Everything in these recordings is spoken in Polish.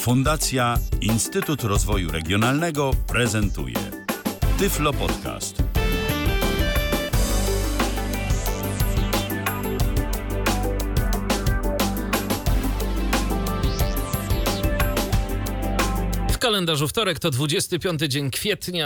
Fundacja Instytut Rozwoju Regionalnego prezentuje Tyflo Podcast. W kalendarzu wtorek to 25 dzień kwietnia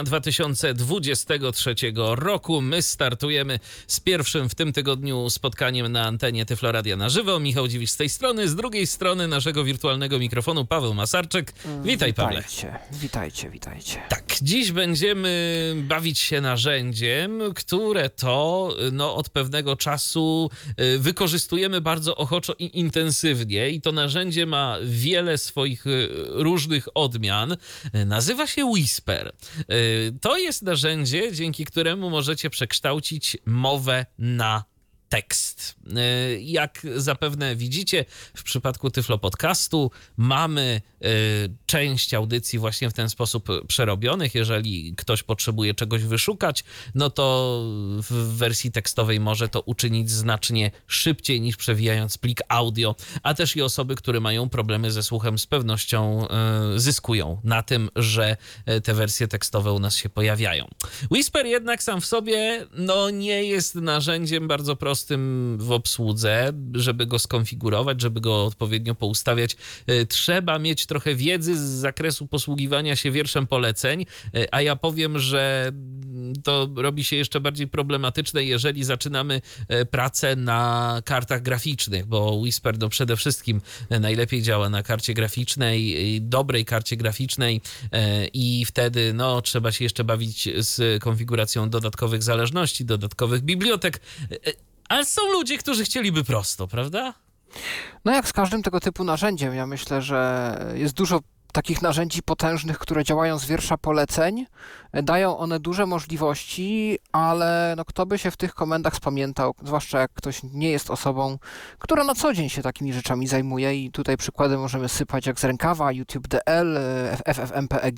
2023 roku. My startujemy z pierwszym w tym tygodniu spotkaniem na antenie Tyflo Radia na żywo. Michał Dziwisz z tej strony, z drugiej strony naszego wirtualnego mikrofonu Paweł Masarczyk. Witaj, Pawle. Witajcie. Tak, dziś będziemy bawić się narzędziem, które to od pewnego czasu wykorzystujemy bardzo ochoczo i intensywnie i to narzędzie ma wiele swoich różnych odmian. Nazywa się Whisper. To jest narzędzie, dzięki któremu możecie przekształcić mowę na tekst. Jak zapewne widzicie, w przypadku Tyflo Podcastu mamy część audycji właśnie w ten sposób przerobionych. Jeżeli ktoś potrzebuje czegoś wyszukać, no to w wersji tekstowej może to uczynić znacznie szybciej niż przewijając plik audio, a też i osoby, które mają problemy ze słuchem, z pewnością zyskują na tym, że te wersje tekstowe u nas się pojawiają. Whisper jednak sam w sobie nie jest narzędziem bardzo prostym w obsłudze. Żeby go skonfigurować, żeby go odpowiednio poustawiać, trzeba mieć trochę wiedzy z zakresu posługiwania się wierszem poleceń, a ja powiem, że to robi się jeszcze bardziej problematyczne, jeżeli zaczynamy pracę na kartach graficznych, bo Whisper przede wszystkim najlepiej działa na karcie graficznej, dobrej karcie graficznej i wtedy trzeba się jeszcze bawić z konfiguracją dodatkowych zależności, dodatkowych bibliotek. Ale są ludzie, którzy chcieliby prosto, prawda? Jak z każdym tego typu narzędziem, ja myślę, że jest dużo takich narzędzi potężnych, które działają z wiersza poleceń. Dają one duże możliwości, ale kto by się w tych komendach spamiętał, zwłaszcza jak ktoś nie jest osobą, która na co dzień się takimi rzeczami zajmuje i tutaj przykłady możemy sypać jak z rękawa, YouTube DL, FFmpeg,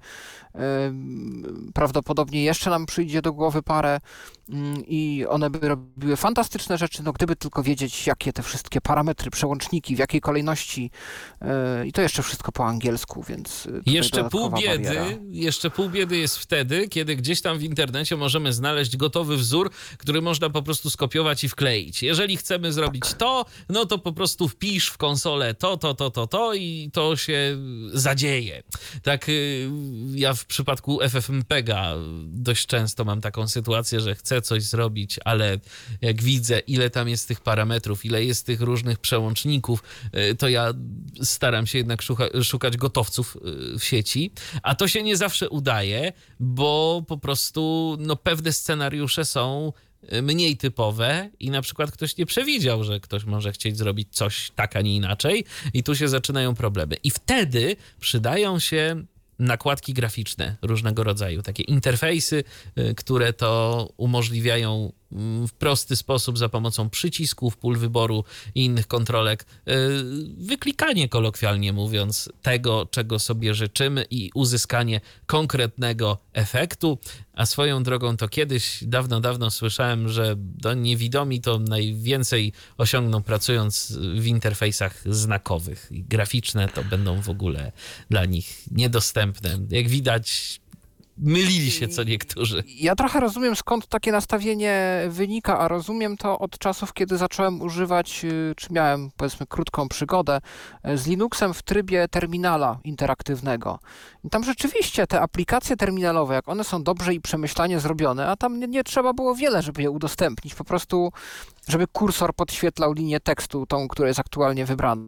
prawdopodobnie jeszcze nam przyjdzie do głowy parę i one by robiły fantastyczne rzeczy, gdyby tylko wiedzieć, jakie te wszystkie parametry, przełączniki, w jakiej kolejności i to jeszcze wszystko po angielsku, więc jeszcze pół biedy jest wtedy, kiedy gdzieś tam w internecie możemy znaleźć gotowy wzór, który można po prostu skopiować i wkleić. Jeżeli chcemy zrobić to po prostu wpisz w konsolę to i to się zadzieje. Tak, ja w przypadku FFmpega dość często mam taką sytuację, że chcę coś zrobić, ale jak widzę, ile tam jest tych parametrów, ile jest tych różnych przełączników, to ja staram się jednak szukać gotowców w sieci, a to się nie zawsze udaje, bo po prostu pewne scenariusze są mniej typowe i na przykład ktoś nie przewidział, że ktoś może chcieć zrobić coś tak, a nie inaczej i tu się zaczynają problemy. I wtedy przydają się nakładki graficzne różnego rodzaju, takie interfejsy, które to umożliwiają w prosty sposób za pomocą przycisków, pól wyboru i innych kontrolek wyklikanie, kolokwialnie mówiąc, tego, czego sobie życzymy i uzyskanie konkretnego efektu. A swoją drogą to kiedyś, dawno słyszałem, że niewidomi to najwięcej osiągną pracując w interfejsach znakowych i graficzne to będą w ogóle dla nich niedostępne. Jak widać, mylili się co niektórzy. Ja trochę rozumiem, skąd takie nastawienie wynika, a rozumiem to od czasów, kiedy zacząłem używać, czy miałem, powiedzmy, krótką przygodę z Linuxem w trybie terminala interaktywnego. I tam rzeczywiście te aplikacje terminalowe, jak one są dobrze i przemyślanie zrobione, a tam nie trzeba było wiele, żeby je udostępnić. Po prostu, żeby kursor podświetlał linię tekstu, tą, która jest aktualnie wybrana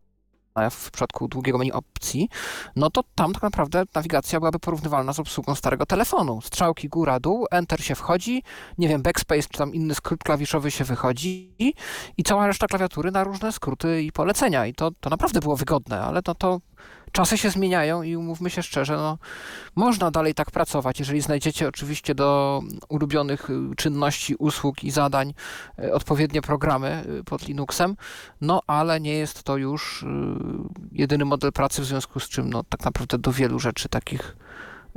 w przypadku długiego menu opcji, to tam tak naprawdę nawigacja byłaby porównywalna z obsługą starego telefonu. Strzałki góra, dół, enter się wchodzi, backspace czy tam inny skrót klawiszowy się wychodzi i cała reszta klawiatury na różne skróty i polecenia. I to naprawdę było wygodne, ale to czasy się zmieniają i umówmy się szczerze, można dalej tak pracować, jeżeli znajdziecie oczywiście do ulubionych czynności, usług i zadań odpowiednie programy pod Linuxem, ale nie jest to już jedyny model pracy, w związku z czym tak naprawdę do wielu rzeczy takich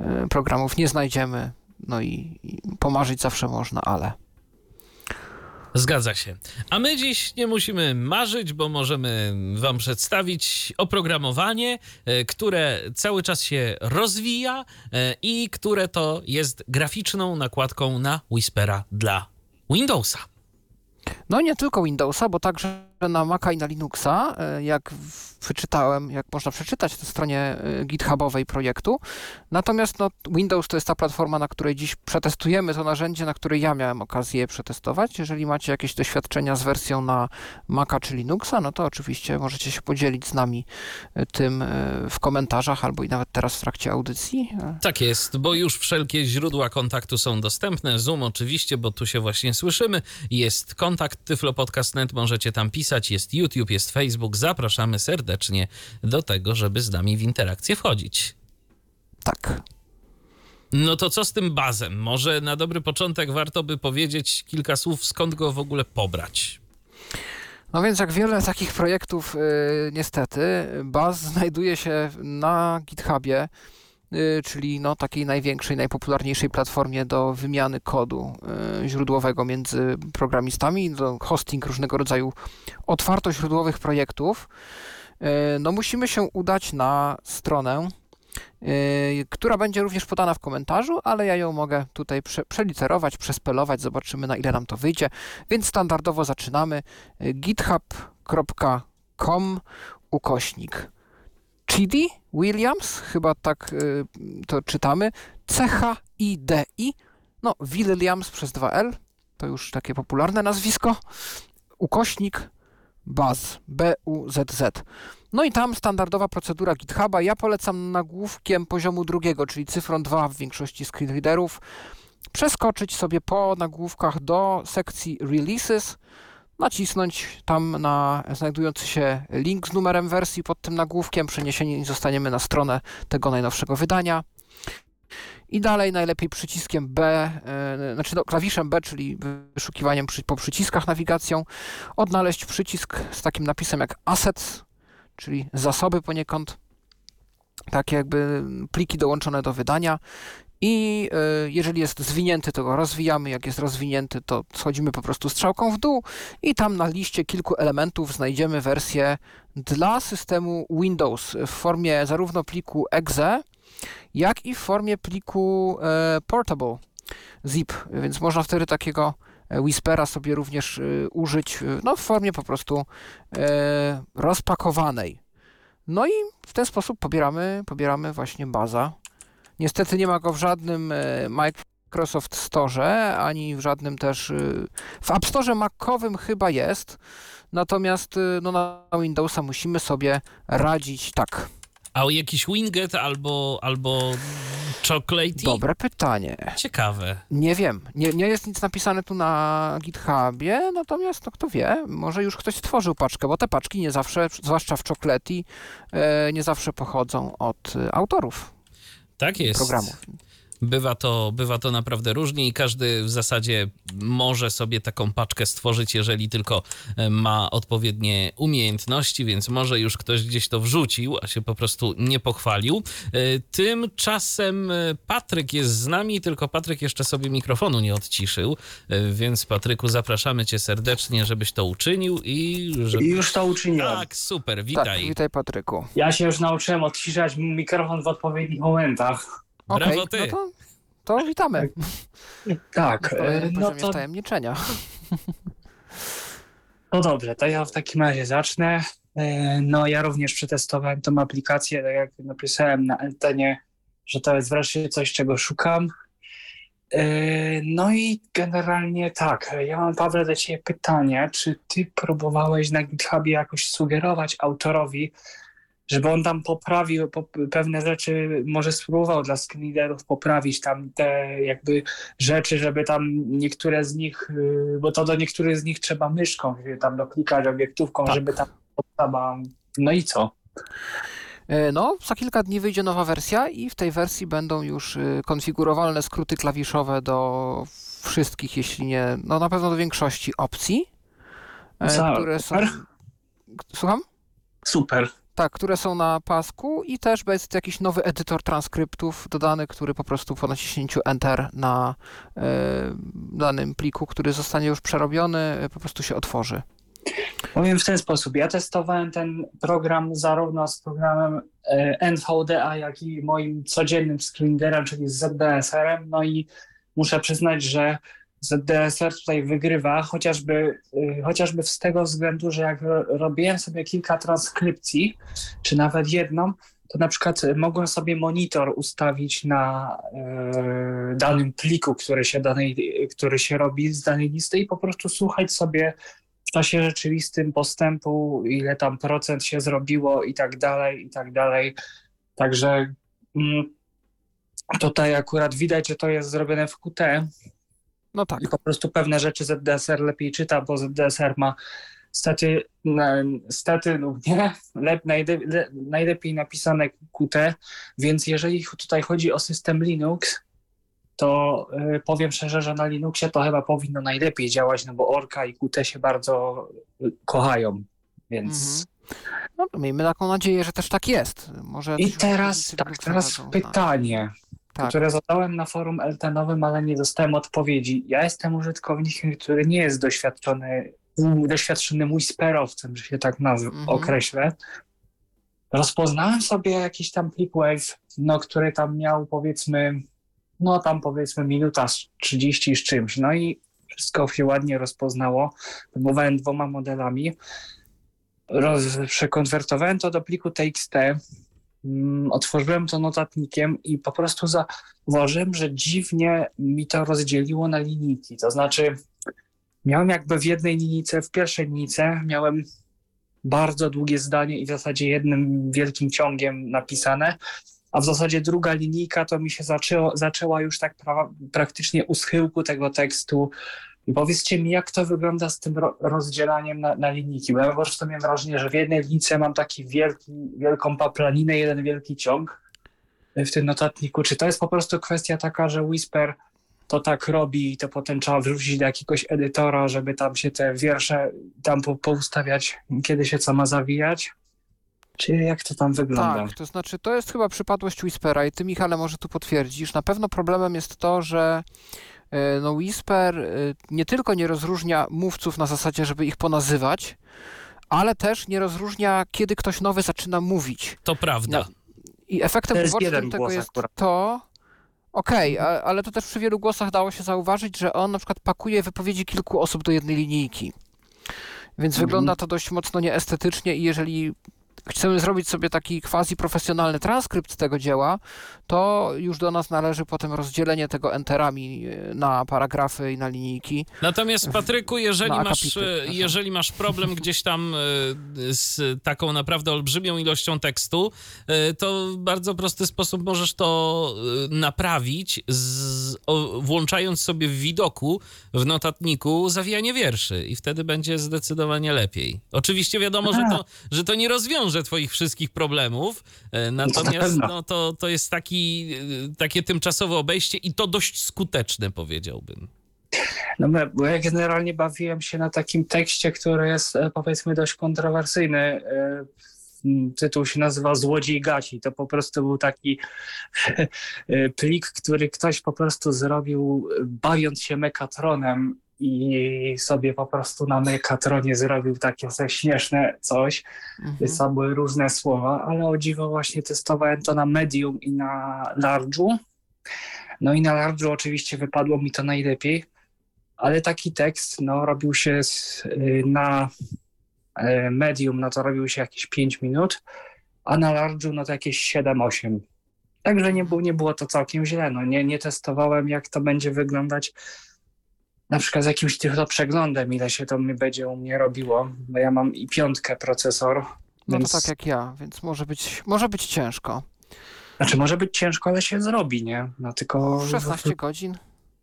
programów nie znajdziemy, i pomarzyć zawsze można, ale... Zgadza się. A my dziś nie musimy marzyć, bo możemy wam przedstawić oprogramowanie, które cały czas się rozwija i które to jest graficzną nakładką na Whispera dla Windowsa. No nie tylko Windowsa, bo także na Maca i na Linuxa, jak wyczytałem, jak można przeczytać na stronie GitHubowej projektu. Natomiast Windows to jest ta platforma, na której dziś przetestujemy to narzędzie, na której ja miałem okazję przetestować. Jeżeli macie jakieś doświadczenia z wersją na Maca czy Linuxa, no to oczywiście możecie się podzielić z nami tym w komentarzach albo i nawet teraz w trakcie audycji. Tak jest, bo już wszelkie źródła kontaktu są dostępne. Zoom oczywiście, bo tu się właśnie słyszymy. Jest kontakt tyflopodcast.net, możecie tam pisać. Jest YouTube, jest Facebook. Zapraszamy serdecznie do tego, żeby z nami w interakcję wchodzić. Tak. No to co z tym bazem? Może na dobry początek warto by powiedzieć kilka słów, skąd go w ogóle pobrać? No więc jak wiele takich projektów, niestety, Baz znajduje się na GitHubie, czyli takiej największej, najpopularniejszej platformie do wymiany kodu źródłowego między programistami, do hosting różnego rodzaju otwartoźródłowych projektów. No musimy się udać na stronę, która będzie również podana w komentarzu, ale ja ją mogę tutaj przeliterować, przespelować, zobaczymy, na ile nam to wyjdzie. Więc standardowo zaczynamy github.com/Chidi Williams, chyba tak to czytamy, C-H-I-D-I, Williams przez 2L, to już takie popularne nazwisko, /Buzz, B-U-Z-Z. No i tam standardowa procedura GitHuba. Ja polecam nagłówkiem poziomu drugiego, czyli cyfrą 2 w większości screenreaderów, przeskoczyć sobie po nagłówkach do sekcji Releases, nacisnąć tam na znajdujący się link z numerem wersji pod tym nagłówkiem, przeniesieni zostaniemy na stronę tego najnowszego wydania. I dalej najlepiej przyciskiem B, klawiszem B, czyli wyszukiwaniem po przyciskach nawigacją, odnaleźć przycisk z takim napisem jak Assets, czyli zasoby poniekąd, takie jakby pliki dołączone do wydania. I jeżeli jest zwinięty, to go rozwijamy. Jak jest rozwinięty, to schodzimy po prostu strzałką w dół i tam na liście kilku elementów znajdziemy wersję dla systemu Windows w formie zarówno pliku exe, jak i w formie pliku portable zip, więc można wtedy takiego Whispera sobie również użyć w formie po prostu rozpakowanej. No i w ten sposób pobieramy właśnie Baza. Niestety nie ma go w żadnym Microsoft Store, ani w żadnym też... W App Store Macowym chyba jest, natomiast na Windowsa musimy sobie radzić tak. A jakiś Winget albo Chocolatey? Dobre pytanie. Ciekawe. Nie wiem. Nie jest nic napisane tu na GitHubie, natomiast kto wie, może już ktoś stworzył paczkę, bo te paczki nie zawsze, zwłaszcza w Chocolatey, nie zawsze pochodzą od autorów. Tak jest. Programów. Bywa to naprawdę różnie i każdy w zasadzie może sobie taką paczkę stworzyć, jeżeli tylko ma odpowiednie umiejętności, więc może już ktoś gdzieś to wrzucił, a się po prostu nie pochwalił. Tymczasem Patryk jest z nami, tylko Patryk jeszcze sobie mikrofonu nie odciszył, więc Patryku, zapraszamy cię serdecznie, żebyś to uczynił i już to uczyniłem. Tak, super, witaj. Tak, witaj Patryku. Ja się już nauczyłem odciszać mikrofon w odpowiednich momentach. Brawo ty. No to witamy. Tak, no to tajemniczenia. No dobrze, to ja w takim razie zacznę. No ja również przetestowałem tą aplikację, tak jak napisałem na Eltenie, że to jest wreszcie coś, czego szukam. No i generalnie tak, ja mam, Paweł, do ciebie pytanie, czy ty próbowałeś na GitHubie jakoś sugerować autorowi, żeby on tam poprawił pewne rzeczy, może spróbował dla screenreaderów poprawić tam te jakby rzeczy, żeby tam niektóre z nich, bo to do niektórych z nich trzeba myszką tam doklikać obiektówką, tak, żeby tam podstawa, no i co? No, za kilka dni wyjdzie nowa wersja i w tej wersji będą już konfigurowalne skróty klawiszowe do wszystkich, jeśli nie, no na pewno do większości opcji, które są... Słucham? Super. Tak, które są na pasku i też jest jakiś nowy edytor transkryptów dodany, który po prostu po naciśnięciu Enter na danym pliku, który zostanie już przerobiony, po prostu się otworzy. Powiem w ten sposób. Ja testowałem ten program zarówno z programem NVDA, jak i moim codziennym screenreaderem, czyli z ZDSR-em. No i muszę przyznać, że ZDSR tutaj wygrywa, chociażby z tego względu, że jak robiłem sobie kilka transkrypcji, czy nawet jedną, to na przykład mogłem sobie monitor ustawić na danym pliku, który się robi z danej listy i po prostu słuchać sobie w czasie rzeczywistym postępu, ile tam procent się zrobiło i tak dalej, i tak dalej. Także tutaj akurat widać, że to jest zrobione w Qt. No tak. I po prostu pewne rzeczy ZDSR lepiej czyta, bo ZDSR ma stety lub nie, najlepiej napisane Qt, więc jeżeli tutaj chodzi o system Linux, to powiem szczerze, że na Linuxie to chyba powinno najlepiej działać, no bo Orca i Qt się bardzo kochają, więc... No to miejmy taką nadzieję, że też tak jest. Może I teraz pytanie, które zadałem na forum LTN-owym, ale nie dostałem odpowiedzi. Ja jestem użytkownikiem, który nie jest doświadczonym whisperowcem, że się tak określę. Rozpoznałem sobie jakiś tam plik WAV, który tam miał powiedzmy minuta 30 z czymś. No i wszystko się ładnie rozpoznało. Próbowałem 2 modelami. Przekonwertowałem to do pliku TXT. Otworzyłem to notatnikiem i po prostu zauważyłem, że dziwnie mi to rozdzieliło na linijki. To znaczy miałem jakby w pierwszej linijce miałem bardzo długie zdanie i w zasadzie jednym wielkim ciągiem napisane, a w zasadzie druga linijka to mi się zaczęła już tak praktycznie u schyłku tego tekstu. I powiedzcie mi, jak to wygląda z tym rozdzielaniem na linijki, bo ja po prostu miałem wrażenie, że w jednej linijce mam taki wielką paplaninę, jeden wielki ciąg w tym notatniku. Czy to jest po prostu kwestia taka, że Whisper to tak robi i to potem trzeba wrzucić do jakiegoś edytora, żeby tam się te wiersze tam poustawiać, kiedy się co ma zawijać? Czy jak to tam wygląda? Tak, to znaczy to jest chyba przypadłość Whispera i ty, Michale, może tu potwierdzisz. Na pewno problemem jest to, że Whisper nie tylko nie rozróżnia mówców na zasadzie, żeby ich ponazywać, ale też nie rozróżnia, kiedy ktoś nowy zaczyna mówić. To prawda. I efektem ubocznym tego jest to... Okej, ale to też przy wielu głosach dało się zauważyć, że on na przykład pakuje wypowiedzi kilku osób do jednej linijki. Więc wygląda to dość mocno nieestetycznie i jeżeli chcemy zrobić sobie taki quasi-profesjonalny transkrypt tego dzieła, to już do nas należy potem rozdzielenie tego enterami na paragrafy i na linijki. Natomiast Patryku, jeżeli masz problem gdzieś tam z taką naprawdę olbrzymią ilością tekstu, to w bardzo prosty sposób możesz to naprawić, włączając sobie w widoku, w notatniku zawijanie wierszy i wtedy będzie zdecydowanie lepiej. Oczywiście wiadomo, że to nie rozwiąże twoich wszystkich problemów, natomiast to jest takie tymczasowe obejście i to dość skuteczne, powiedziałbym. No bo ja generalnie bawiłem się na takim tekście, który jest powiedzmy dość kontrowersyjny. Tytuł się nazywa Złodziej Gaci. To po prostu był taki plik, który ktoś po prostu zrobił bawiąc się Mekatronem i sobie po prostu na Mekatronie zrobił takie śmieszne coś. Są były różne słowa, ale o dziwo właśnie testowałem to na Medium i na Large'u. No i na Large'u oczywiście wypadło mi to najlepiej, ale taki tekst robił się na Medium, to robił się jakieś 5 minut, a na Large'u to jakieś 7-8. Także nie było to całkiem źle. Nie testowałem, jak to będzie wyglądać na przykład z jakimś tylko przeglądem, ile się to będzie u mnie robiło, bo ja mam i 5 procesor. No więc... to tak jak ja, więc może być ciężko. Znaczy może być ciężko, ale się zrobi, nie? Tylko... 16 godzin.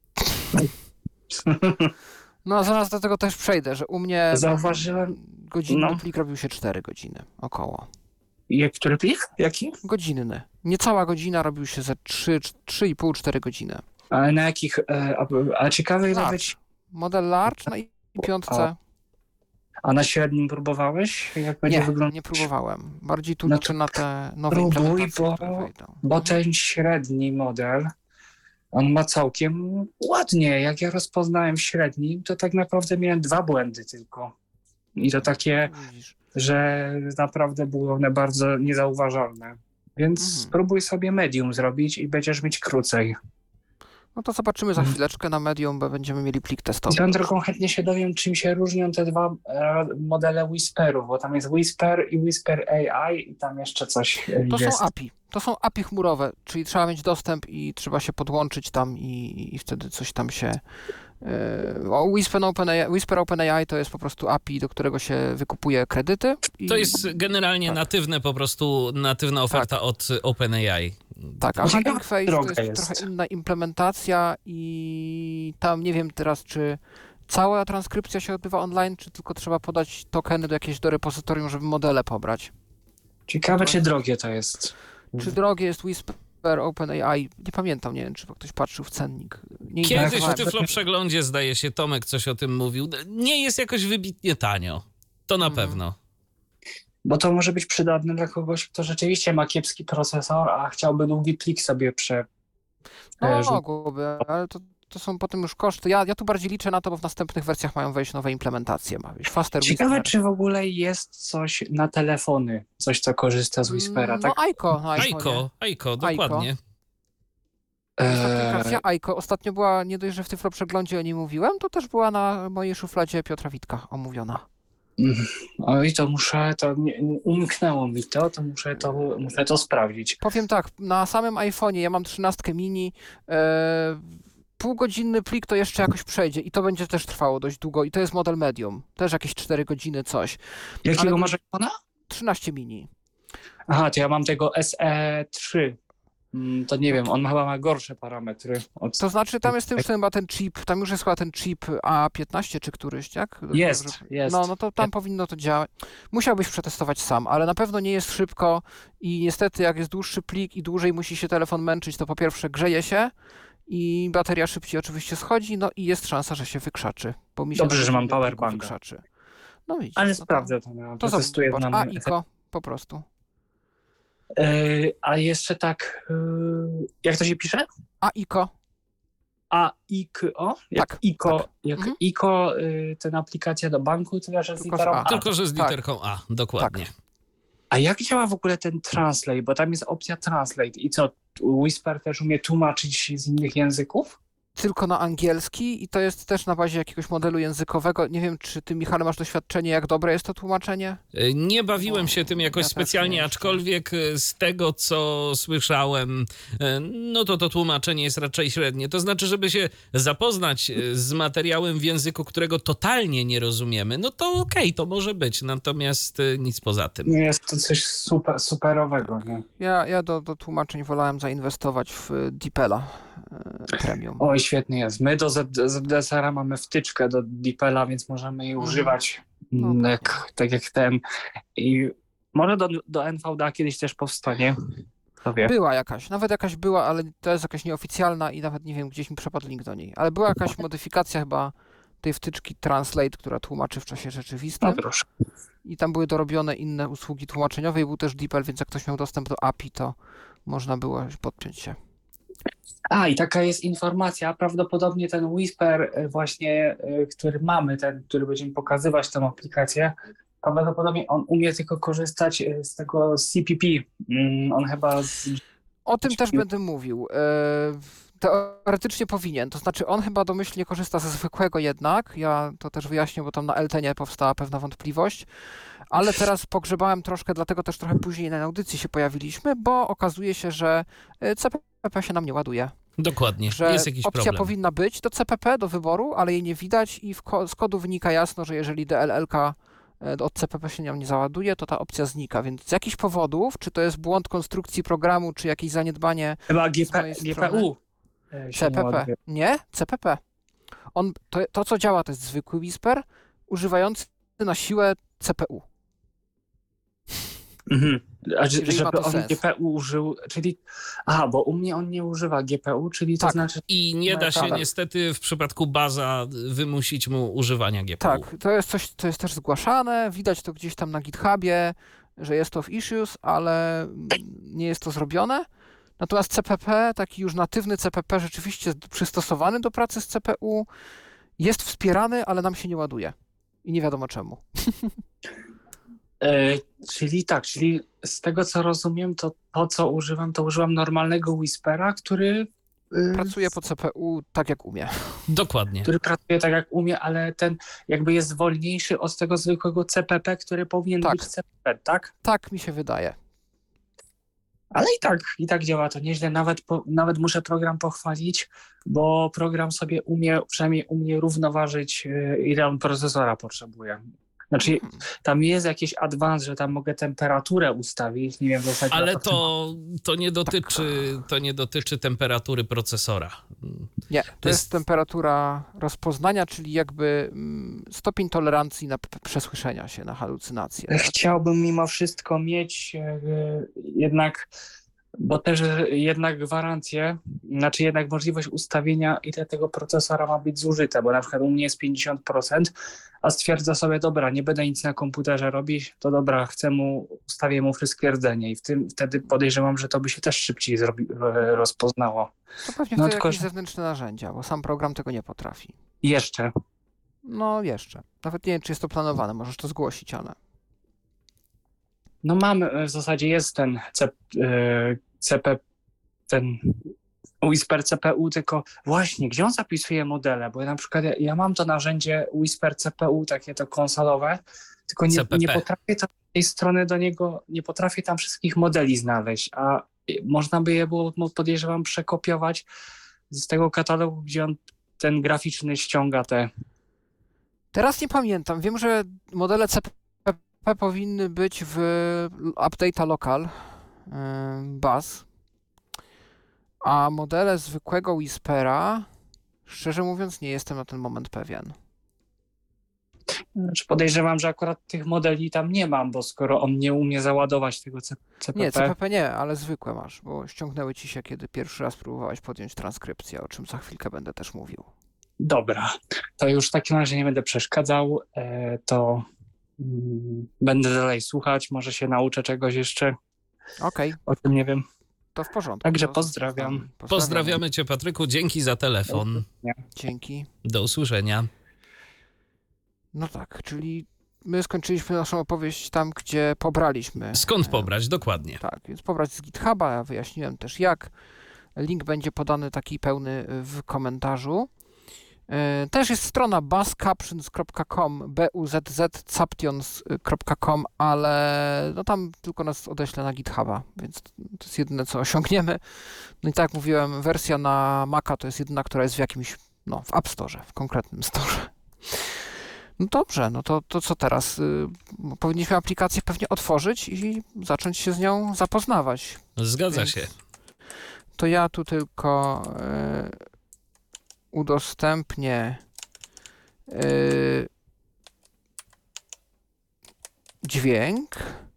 No zaraz do tego też przejdę, że u mnie godzinny plik robił się 4 godziny około. Który plik? Jaki? Godzinny. Niecała godzina robił się za 3,5-4 godziny. Ale na jakich... A ciekawe ile być... Model Large i 5. A na średnim próbowałeś? Jak będzie Nie, wyglądać? nie próbowałem. Bardziej tu No liczę to na te nowe próbuj, implementacje, które wejdą. bo ten średni model, on ma całkiem ładnie. Jak ja rozpoznałem średni, to tak naprawdę miałem 2 błędy tylko. I to takie, Widzisz. że naprawdę były one bardzo niezauważalne. Więc spróbuj sobie medium zrobić i będziesz mieć krócej. No to zobaczymy za chwileczkę na Medium, bo będziemy mieli plik testowy. Swoją drogą chętnie się dowiem, czym się różnią te 2 modele Whisperów, bo tam jest Whisper i Whisper AI i tam jeszcze coś To jest. są API. To są API chmurowe, czyli trzeba mieć dostęp i trzeba się podłączyć tam i wtedy coś tam się... Whisper OpenAI to jest po prostu API, do którego się wykupuje kredyty. To jest generalnie natywna oferta od OpenAI. Tak, a Ciekawa Hugging Face to droga jest jest. trochę inna implementacja i tam nie wiem teraz, czy cała transkrypcja się odbywa online, czy tylko trzeba podać tokeny do repozytorium, żeby modele pobrać. Ciekawe, czy drogie to jest. Czy drogie jest Whisper OpenAI? Nie pamiętam, nie wiem, czy ktoś patrzył w cennik. Nie Kiedyś w interesowałem. Tyflo Przeglądzie, zdaje się, Tomek coś o tym mówił. Nie jest jakoś wybitnie tanio. To na pewno. Bo to może być przydatne dla kogoś, kto rzeczywiście ma kiepski procesor, a chciałby długi plik sobie No, mogłoby, ale to są potem już koszty. Ja tu bardziej liczę na to, bo w następnych wersjach mają wejść nowe implementacje. Ma być Faster Ciekawe, Whisper. czy w ogóle jest coś na telefony, coś co korzysta z Whispera, tak? No Aiko na iPhone'ie. Aiko, dokładnie. Ostatnia wersja Aiko ostatnio była, nie dość, że w Tyflo Przeglądzie o niej mówiłem, to też była na mojej szufladzie Piotra Witka omówiona. Oj, to umknęło mi to muszę to sprawdzić. Powiem tak, na samym iPhone'ie ja mam 13 mini, półgodzinny plik to jeszcze jakoś przejdzie i to będzie też trwało dość długo i to jest model medium, też jakieś 4 godziny coś. Jakiego masz iPhone'a? 13 mini. Aha, to ja mam tego SE3. To nie wiem, on chyba ma gorsze parametry. To znaczy tam jest już chyba ten chip, tam już jest chyba ten chip A15 czy któryś, tak? Jest. No to tam powinno to działać. Musiałbyś przetestować sam, ale na pewno nie jest szybko i niestety jak jest dłuższy plik i dłużej musi się telefon męczyć, to po pierwsze grzeje się i bateria szybciej oczywiście schodzi, no i jest szansa, że się wykrzaczy. Bo mi się Dobrze, że mam pliku powerbanka. wykrzaczy. No widzisz. Ale no sprawdzę to. To testuję zobacz, na moim Aiko po prostu. A jeszcze tak, jak to się pisze? Aiko. AIKO? Jak Tak, IKO, tak. jak Mhm. IKO, ten aplikacja do banku, to że z Tylko, literą że A. Tylko, że z tak. literką A, dokładnie. A jak działa w ogóle ten translate? Bo tam jest opcja translate. I co, Whisper też umie tłumaczyć z innych języków? Tylko na angielski i to jest też na bazie jakiegoś modelu językowego. Nie wiem, czy ty, Michale, masz doświadczenie, jak dobre jest to tłumaczenie? Nie bawiłem się tym jakoś ja też specjalnie, nie aczkolwiek z tego, co słyszałem, no to tłumaczenie jest raczej średnie. To znaczy, żeby się zapoznać z materiałem w języku, którego totalnie nie rozumiemy, no to okej, to może być, natomiast nic poza tym. Nie jest to coś superowego, nie? Ja do tłumaczeń wolałem zainwestować w DeepLa Premium. Oj, świetnie jest. My do ZDSR-a mamy wtyczkę do DeepLa, więc możemy jej używać No. tak jak ten. I może do NVDA kiedyś też powstanie. Kto wie. Była jakaś, nawet jakaś była, ale to jest jakaś nieoficjalna i nawet nie wiem, gdzieś mi przepadł link do niej. Ale była jakaś modyfikacja chyba tej wtyczki Translate, która tłumaczy w czasie rzeczywistym. No proszę. I tam były dorobione inne usługi tłumaczeniowe i był też DeepL, więc jak ktoś miał dostęp do API, to można było podpiąć się. A, i taka jest informacja, prawdopodobnie ten Whisper właśnie, który mamy, ten, który będziemy pokazywać tę aplikację, prawdopodobnie on umie tylko korzystać z tego CPP. On chyba... O tym też będę mówił. Teoretycznie powinien, to znaczy on chyba domyślnie korzysta ze zwykłego jednak, ja to też wyjaśnię, bo tam na Eltenie powstała pewna wątpliwość, ale teraz pogrzebałem troszkę, dlatego też trochę później na audycji się pojawiliśmy, bo okazuje się, że CPP się nam nie ładuje. Dokładnie, Że jest jakiś opcja problem. powinna być do CPP, do wyboru, ale jej nie widać i z kodu wynika jasno, że jeżeli DLL-ka od CPP się nam nie załaduje, to ta opcja znika, więc z jakichś powodów, czy to jest błąd konstrukcji programu, czy jakieś zaniedbanie Chyba z mojej strony. GPU. się nie CPP. ładuje. Nie, CPP. To, co działa, to jest zwykły Whisper, używający na siłę CPU. Mhm. Jeżeli ma żeby to on sens. GPU użył, czyli... Aha, bo u mnie on nie używa GPU, czyli to Tak. znaczy... I nie da się tak. niestety w przypadku baza wymusić mu używania GPU. Tak, to jest coś, co jest też zgłaszane, widać to gdzieś tam na GitHubie, że jest to w issues, ale nie jest to zrobione. Natomiast CPP, taki już natywny CPP, rzeczywiście przystosowany do pracy z CPU, jest wspierany, ale nam się nie ładuje. I nie wiadomo czemu. Czyli z tego co rozumiem, to co używam, to używam normalnego Whispera, który Pracuje po CPU tak jak umie. Dokładnie. pracuje tak jak umie, ale ten jakby jest wolniejszy od tego zwykłego CPP, który powinien Tak. być CPP, tak? Tak mi się wydaje. Ale i tak działa to nieźle. Nawet muszę program pochwalić, bo program sobie przynajmniej umie równoważyć, ile on procesora potrzebuje. Znaczy, tam jest jakiś advance, że tam mogę temperaturę ustawić, nie wiem w zasadzie. Ale to nie dotyczy temperatury procesora. Nie, to jest- jest temperatura rozpoznania, czyli jakby stopień tolerancji na przesłyszenia się, na halucynacje. Chciałbym mimo wszystko mieć jednak, bo też jednak gwarancję, znaczy jednak możliwość ustawienia, ile tego procesora ma być zużyte, bo na przykład u mnie jest 50%, a stwierdza sobie, dobra, nie będę nic na komputerze robić, to dobra, ustawię mu wszystkie rdzenie i wtedy podejrzewam, że to by się też szybciej rozpoznało. To pewnie No wtedy tylko, jakieś że- zewnętrzne narzędzia, bo sam program tego nie potrafi. Jeszcze. No jeszcze. Nawet nie wiem, czy jest to planowane, możesz to zgłosić, ale... No mamy, w zasadzie jest ten CP, ten Whisper CPU, tylko właśnie, gdzie on zapisuje modele, bo ja na przykład ja mam to narzędzie Whisper CPU, takie to konsolowe, tylko CPP. nie potrafię tam tej strony do niego, nie potrafię tam wszystkich modeli znaleźć, a można by je było, podejrzewam, przekopiować z tego katalogu, gdzie on ten graficzny ściąga te... Teraz nie pamiętam. Wiem, że modele CPP powinny być w Updata Local bus, a modele zwykłego Whispera, szczerze mówiąc, nie jestem na ten moment pewien. Znaczy podejrzewam, że akurat tych modeli tam nie mam, bo skoro on nie umie załadować tego CPP... Nie, CPP nie, ale zwykłe masz, bo ściągnęły ci się, kiedy pierwszy raz próbowałeś podjąć transkrypcję, o czym za chwilkę będę też mówił. Dobra, to już w takim razie nie będę przeszkadzał, to będę dalej słuchać, może się nauczę czegoś jeszcze, Okej, o tym nie wiem. to w porządku. Także To pozdrawiam. Pozdrawiamy cię, Patryku. Dzięki za telefon. Dzięki. Do usłyszenia. No tak, czyli my skończyliśmy naszą opowieść tam, gdzie pobraliśmy. Skąd pobrać? Dokładnie. Tak, więc pobrać z GitHuba, ja wyjaśniłem też jak. Link będzie podany taki pełny w komentarzu. Też jest strona buzzcaptions.com, buzzcaptions.com, ale no tam tylko nas odeślę na GitHuba, więc to jest jedyne, co osiągniemy. No i tak jak mówiłem, wersja na Maca to jest jedyna, która jest w jakimś, no w App Store, w konkretnym store. No dobrze, no to co teraz? Powinniśmy aplikację pewnie otworzyć i zacząć się z nią zapoznawać. Zgadza Więc się. To ja tu tylko udostępnię dźwięk.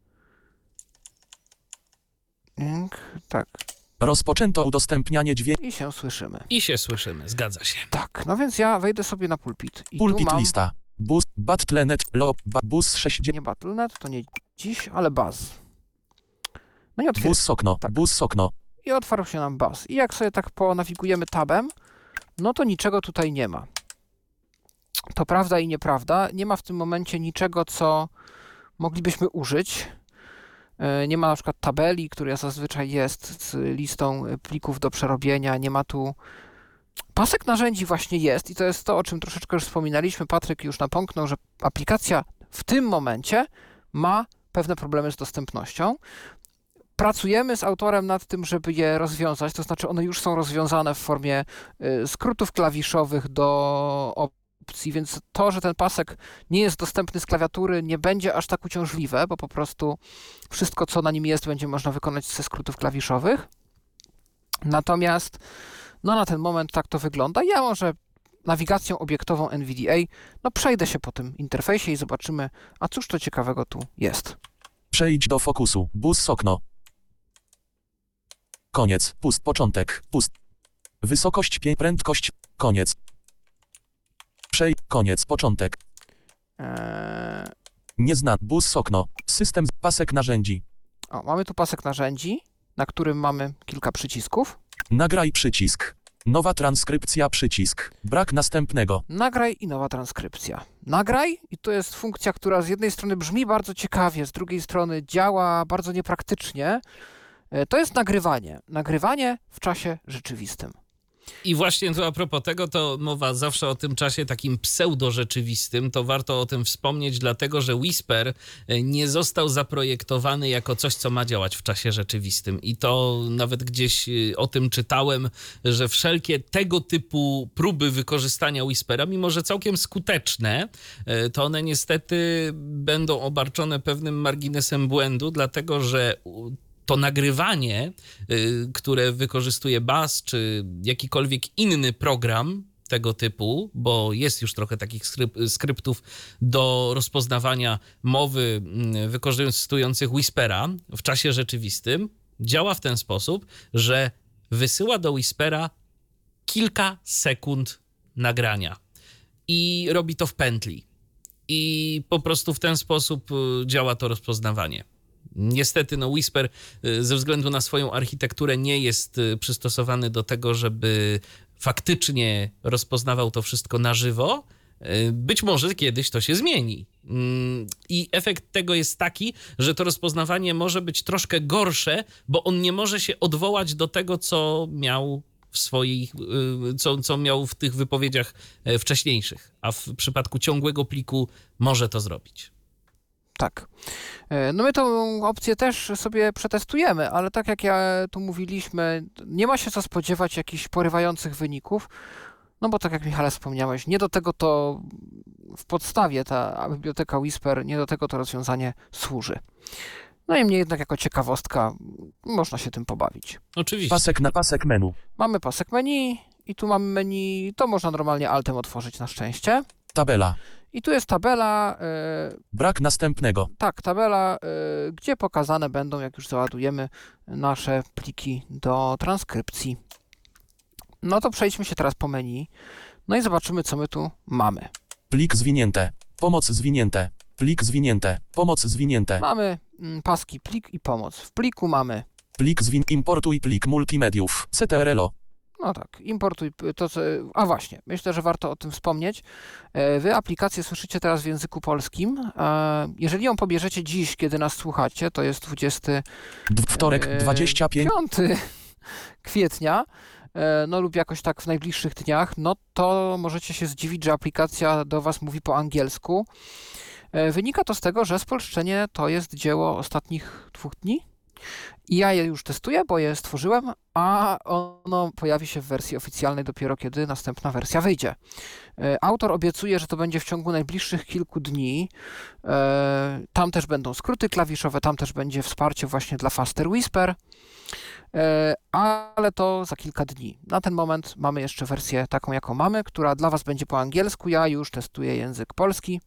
Tak, Rozpoczęto udostępnianie dźwięku. i się słyszymy. I się słyszymy. Zgadza się. Tak, no więc ja wejdę sobie na pulpit. I tu Pulpit mam, lista. Bus, Battle.net, bus 60, nie Battle.net, to nie dziś, ale Buzz. No i otwieram. bus okno, Tak. bus okno. I otwarł się nam Buzz. I jak sobie tak ponawigujemy tabem, no to niczego tutaj nie ma. To prawda i nieprawda. Nie ma w tym momencie niczego, co moglibyśmy użyć. Nie ma na przykład tabeli, która zazwyczaj jest z listą plików do przerobienia. Nie ma tu... Pasek narzędzi właśnie jest i to jest to, o czym troszeczkę już wspominaliśmy. Patryk już napomknął, że aplikacja w tym momencie ma pewne problemy z dostępnością. Pracujemy z autorem nad tym, żeby je rozwiązać, to znaczy one już są rozwiązane w formie skrótów klawiszowych do opcji, więc to, że ten pasek nie jest dostępny z klawiatury, nie będzie aż tak uciążliwe, bo po prostu wszystko, co na nim jest, będzie można wykonać ze skrótów klawiszowych. Natomiast no na ten moment tak to wygląda. Ja może nawigacją obiektową NVDA, no przejdę się po tym interfejsie i zobaczymy, a cóż to ciekawego tu jest. Przejdź do fokusu. Bus okno. Koniec. Pust. Początek. Pust. Wysokość 5. Prędkość. Koniec. Koniec. Początek. Bus okno. System. Pasek narzędzi. O, mamy tu pasek narzędzi, na którym mamy kilka przycisków. Nagraj przycisk. Nowa transkrypcja przycisk. Brak następnego. Nagraj i nowa transkrypcja. Nagraj i to jest funkcja, która z jednej strony brzmi bardzo ciekawie, z drugiej strony działa bardzo niepraktycznie. To jest nagrywanie. Nagrywanie w czasie rzeczywistym. I właśnie tu a propos tego, to mowa zawsze o tym czasie takim pseudo-rzeczywistym, to warto o tym wspomnieć, dlatego że Whisper nie został zaprojektowany jako coś, co ma działać w czasie rzeczywistym. I to nawet gdzieś o tym czytałem, że wszelkie tego typu próby wykorzystania Whispera, mimo że całkiem skuteczne, to one niestety będą obarczone pewnym marginesem błędu, dlatego że to nagrywanie, które wykorzystuje Buzz czy jakikolwiek inny program tego typu, bo jest już trochę takich skryptów do rozpoznawania mowy wykorzystujących Whispera w czasie rzeczywistym, działa w ten sposób, że wysyła do Whispera kilka sekund nagrania i robi to w pętli. I po prostu w ten sposób działa to rozpoznawanie. Niestety, Whisper ze względu na swoją architekturę nie jest przystosowany do tego, żeby faktycznie rozpoznawał to wszystko na żywo. Być może kiedyś to się zmieni. I efekt tego jest taki, że to rozpoznawanie może być troszkę gorsze, bo on nie może się odwołać do tego, co miał co miał w tych wypowiedziach wcześniejszych, a w przypadku ciągłego pliku może to zrobić. Tak. No my tą opcję też sobie przetestujemy, ale tak jak tu mówiliśmy, nie ma się co spodziewać jakichś porywających wyników, no bo tak jak Michale wspomniałeś, nie do tego to w podstawie ta biblioteka Whisper, nie do tego to rozwiązanie służy. No i mnie jednak jako ciekawostka można się tym pobawić. Oczywiście. Pasek menu. Mamy pasek menu i tu mamy menu, to można normalnie altem otworzyć na szczęście. Tabela. I tu jest tabela. Brak następnego. Tak, tabela, gdzie pokazane będą, jak już załadujemy nasze pliki do transkrypcji. No to przejdźmy się teraz po menu. No i zobaczymy, co my tu mamy. Plik zwinięte. Pomoc zwinięte. Plik zwinięte. Pomoc zwinięte. Mamy paski plik i pomoc. W pliku mamy. Plik importuj plik multimediów. CTRL-O. No tak, importuj to, co... A właśnie, myślę, że warto o tym wspomnieć. Wy aplikację słyszycie teraz w języku polskim. Jeżeli ją pobierzecie dziś, kiedy nas słuchacie, to jest 20... Wtorek, 25... 5 kwietnia, no lub jakoś tak w najbliższych dniach, no to możecie się zdziwić, że aplikacja do was mówi po angielsku. Wynika to z tego, że spolszczenie to jest dzieło ostatnich 2 dni. I ja je już testuję, bo je stworzyłem, a ono pojawi się w wersji oficjalnej dopiero kiedy następna wersja wyjdzie. Autor obiecuje, że to będzie w ciągu najbliższych kilku dni. Tam też będą skróty klawiszowe, tam też będzie wsparcie właśnie dla Faster Whisper, ale to za kilka dni. Na ten moment mamy jeszcze wersję taką, jaką mamy, która dla was będzie po angielsku. Ja już testuję język polski.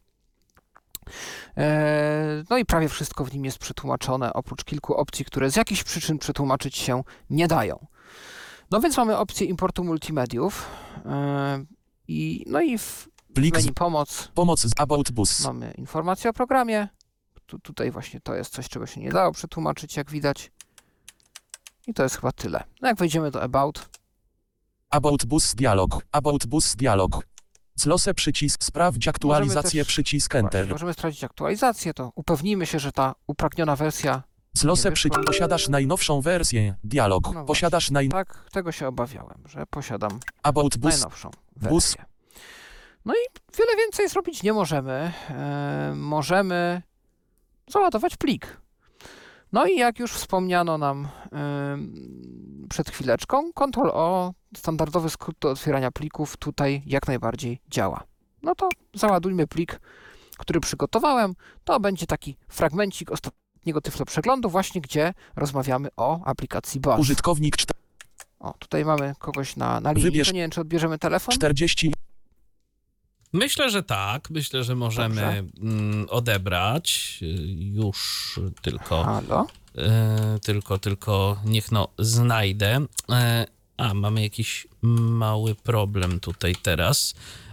No i prawie wszystko w nim jest przetłumaczone, oprócz kilku opcji, które z jakichś przyczyn przetłumaczyć się nie dają. No więc mamy opcję importu multimediów i w menu pomoc z About Bus. Mamy informację o programie. Tutaj właśnie to jest coś, czego się nie dało przetłumaczyć, jak widać. I to jest chyba tyle. No jak wejdziemy do About Bus dialog. Zlose przycisk, sprawdź aktualizację, przycisk Enter. Właśnie, możemy sprawdzić aktualizację, to upewnimy się, że ta upragniona wersja... Zlose przycisk, posiadasz najnowszą wersję, dialog, No posiadasz Tak, tego się obawiałem, że posiadam About Bus, najnowszą wersję. No i wiele więcej zrobić nie możemy. Możemy załadować plik. No i jak już wspomniano nam przed chwileczką, Ctrl-O, standardowy skrót do otwierania plików, tutaj jak najbardziej działa. No to załadujmy plik, który przygotowałem. To będzie taki fragmencik ostatniego Tyflo Przeglądu, właśnie gdzie rozmawiamy o aplikacji Buzz. Użytkownik O, tutaj mamy kogoś na linii. Wybierz To nie wiem, czy odbierzemy telefon. 40. Myślę, że tak. Myślę, że możemy odebrać. Już tylko... Halo? Tylko niech znajdę. Mamy jakiś mały problem tutaj teraz.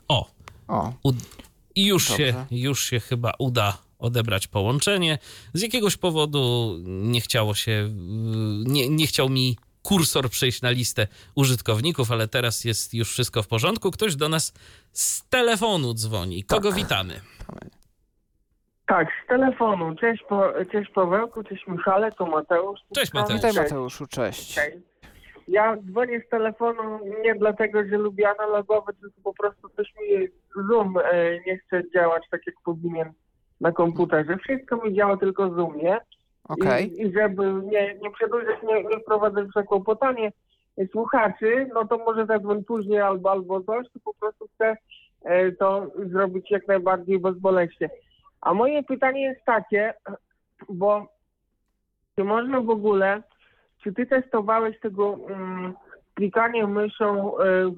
I już się chyba uda odebrać połączenie. Z jakiegoś powodu nie chciał mi kursor przejść na listę użytkowników, ale teraz jest już wszystko w porządku. Ktoś do nas z telefonu dzwoni. Kogo witamy? Tak, z telefonu. Cześć Pawełku, cześć Michale, to Mateusz. Cześć Mateusz. Witaj Mateuszu, cześć. Cześć. Ja dzwonię z telefonu nie dlatego, że lubię analogowe, tylko po prostu coś mi Zoom nie chce działać tak, jak powinien na komputerze. Wszystko mi działa, tylko Zoom, nie? Okej. I żeby nie przedłużać, nie wprowadzać w zakłopotanie słuchaczy, no to może zadzwoń później albo coś, to po prostu chcę to zrobić jak najbardziej bezboleśnie. A moje pytanie jest takie, bo czy można w ogóle, czy ty testowałeś tego klikanie myszą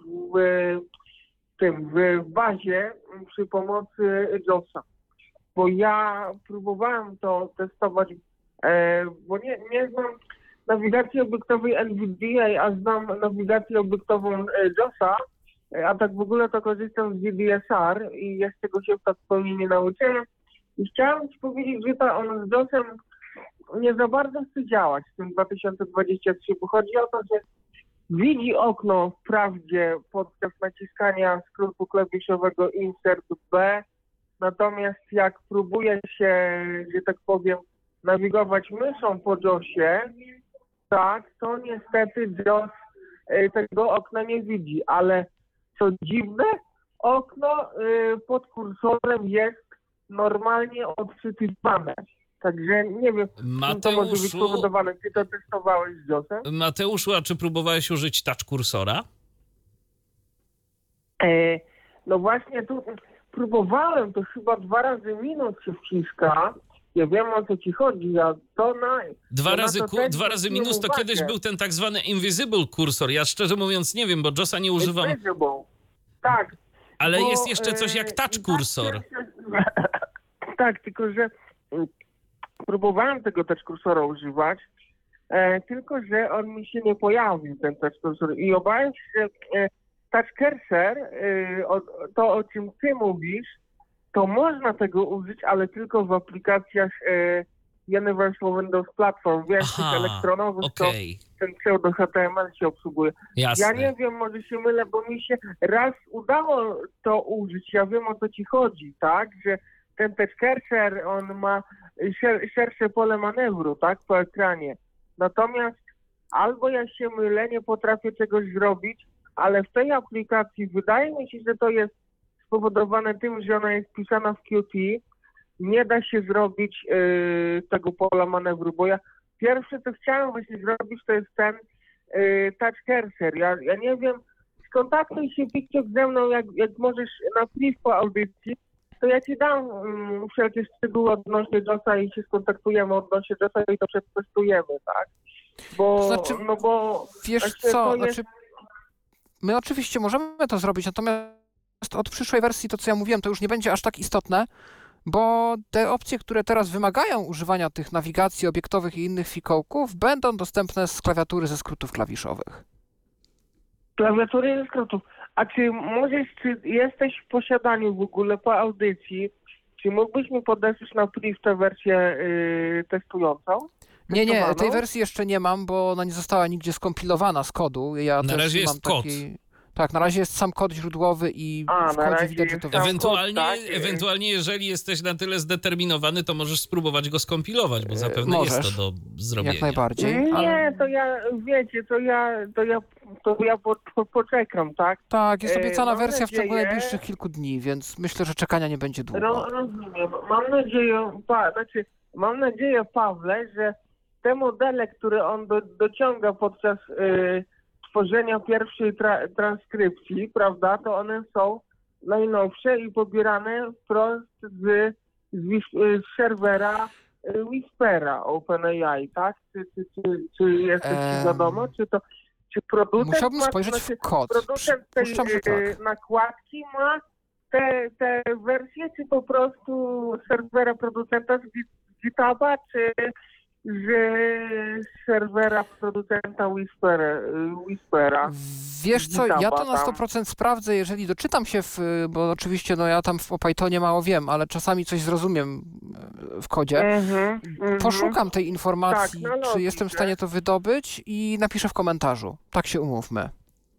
w bazie przy pomocy JOSa? Bo ja próbowałem to testować, bo nie znam nawigacji obiektowej NVDA, a znam nawigację obiektową JOSa, a tak w ogóle to korzystam z GDSR i ja z tego się tak zupełnie nie nauczyłem. I chciałem ci powiedzieć, że on z JOSem nie za bardzo chce działać w tym 2023, bo chodzi o to, że widzi okno wprawdzie podczas naciskania skrótu klawiszowego Insert B, natomiast jak próbuje się, że tak powiem, nawigować myszą po JOSie, tak, to niestety JOS tego okna nie widzi, ale co dziwne, okno pod kursorem jest normalnie odczytywane. Także nie wiem, czym to może być spowodowane. Ty to testowałeś z JOSem? Mateuszzu, a czy próbowałeś użyć touch kursora? No właśnie tu próbowałem, to chyba 2 razy minut się wciska. Ja wiem, o co ci chodzi, a to Dwa razy minus to kiedyś był ten tak zwany invisible kursor. Ja szczerze mówiąc nie wiem, bo JOSa nie używam. Invisible. Tak. Ale jest jeszcze coś jak touch kursor. Tak, tylko że próbowałem tego touch kursora używać, tylko że on mi się nie pojawił, ten touch kursor. I obawiam się, że touch cursor, to o czym ty mówisz, to można tego użyć, ale tylko w aplikacjach Universal Windows Platform. Wiesz, tych elektronowych, okay. To ten pseudo HTML się obsługuje. Jasne. Ja nie wiem, może się mylę, bo mi się raz udało to użyć. Ja wiem, o co ci chodzi, tak? Że ten touch cursor, on ma szersze pole manewru, tak? Po ekranie. Natomiast albo ja się mylę, nie potrafię czegoś zrobić, ale w tej aplikacji wydaje mi się, że to jest spowodowane tym, że ona jest pisana w Qt, nie da się zrobić tego pola manewru, bo ja pierwsze, co chciałem właśnie zrobić, to jest ten touch cursor. Ja nie wiem, skontaktuj się Pikciok ze mną, jak możesz na priv po audycji, to ja ci dam wszelkie szczegóły odnośnie JOSa i się skontaktujemy odnośnie JOSa i to przetestujemy, tak? Bo, wiesz co, my oczywiście możemy to zrobić, natomiast od przyszłej wersji to, co ja mówiłem, to już nie będzie aż tak istotne, bo te opcje, które teraz wymagają używania tych nawigacji obiektowych i innych fikołków, będą dostępne z klawiatury ze skrótów klawiszowych. Klawiatury ze skrótów. A czy jesteś w posiadaniu w ogóle po audycji, czy mógłbyś mi podesłać na priv tę wersję testującą? Nie, tej wersji jeszcze nie mam, bo ona nie została nigdzie skompilowana z kodu. Ja na razie jest kod. Tak, na razie jest sam kod źródłowy i w kodzie widać, że to Ewentualnie, jeżeli jesteś na tyle zdeterminowany, to możesz spróbować go skompilować, bo zapewne jest to do zrobienia. Jak najbardziej. Nie, to ja, wiecie, to ja poczekam, tak? Tak, jest obiecana wersja w ciągu najbliższych kilku dni, więc myślę, że czekania nie będzie długo. Rozumiem. Mam nadzieję, Pawle, że te modele, które on dociąga podczas tworzenia pierwszej transkrypcji, prawda, to one są najnowsze i pobierane wprost z serwera Whispera OpenAI, tak? Czy jesteś ci wiadomo? Czy producent musiałbym spojrzeć w kod. Producent tej tak. nakładki ma te wersje, czy po prostu z serwera producenta z GitHuba, czy z serwera producenta Whispera? Wiesz co, ja to na GitHuba tam. 100% sprawdzę, jeżeli doczytam się, bo oczywiście no ja tam o Pythonie mało wiem, ale czasami coś zrozumiem w kodzie. Poszukam tej informacji, Tak, no czy jestem w logicznie. stanie to wydobyć i napiszę w komentarzu. Tak się umówmy.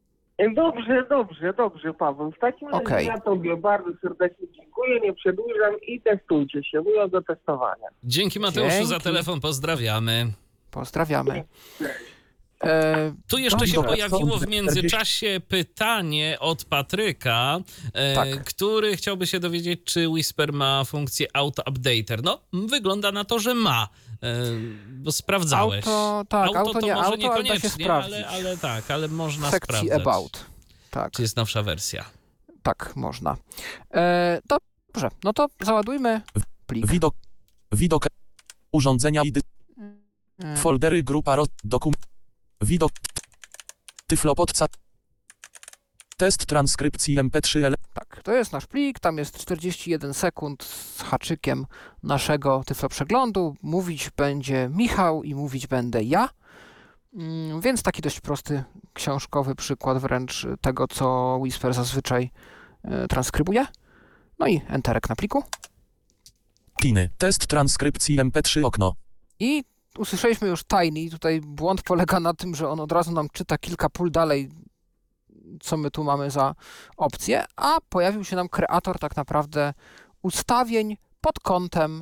Dobrze, Paweł. W takim razie Okej. ja Tobie bardzo serdecznie dziękuję, nie przedłużam i testujcie się. Miłego testowania. Dzięki Mateuszu za Dzięki. telefon, pozdrawiamy. Pozdrawiamy. Tu jeszcze się Dobra, pojawiło w 40. międzyczasie pytanie od Patryka, Tak. który chciałby się dowiedzieć, czy Whisper ma funkcję auto-updater. No, wygląda na to, że ma, bo sprawdzałeś. Auto to nie może ale da się niekoniecznie, sprawdzić. ale tak, ale można W sekcji sprawdzać, About. Tak, czy jest nowsza wersja. tak, można. Dobrze, no to załadujmy plik. Widok. Urządzenia i foldery, grupa, dokument. Widok. Tyflopodca. Test transkrypcji MP3. Tak, to jest nasz plik, tam jest 41 sekund z haczykiem naszego tyfloprzeglądu. Mówić będzie Michał i mówić będę ja. Więc taki dość prosty książkowy przykład wręcz tego, co Whisper zazwyczaj transkrybuje. No i enterek na pliku. Kiny. Test transkrypcji MP3 okno. I usłyszeliśmy już Tiny. Tutaj błąd polega na tym, że on od razu nam czyta kilka pól dalej, co my tu mamy za opcje, a pojawił się nam kreator tak naprawdę ustawień pod kątem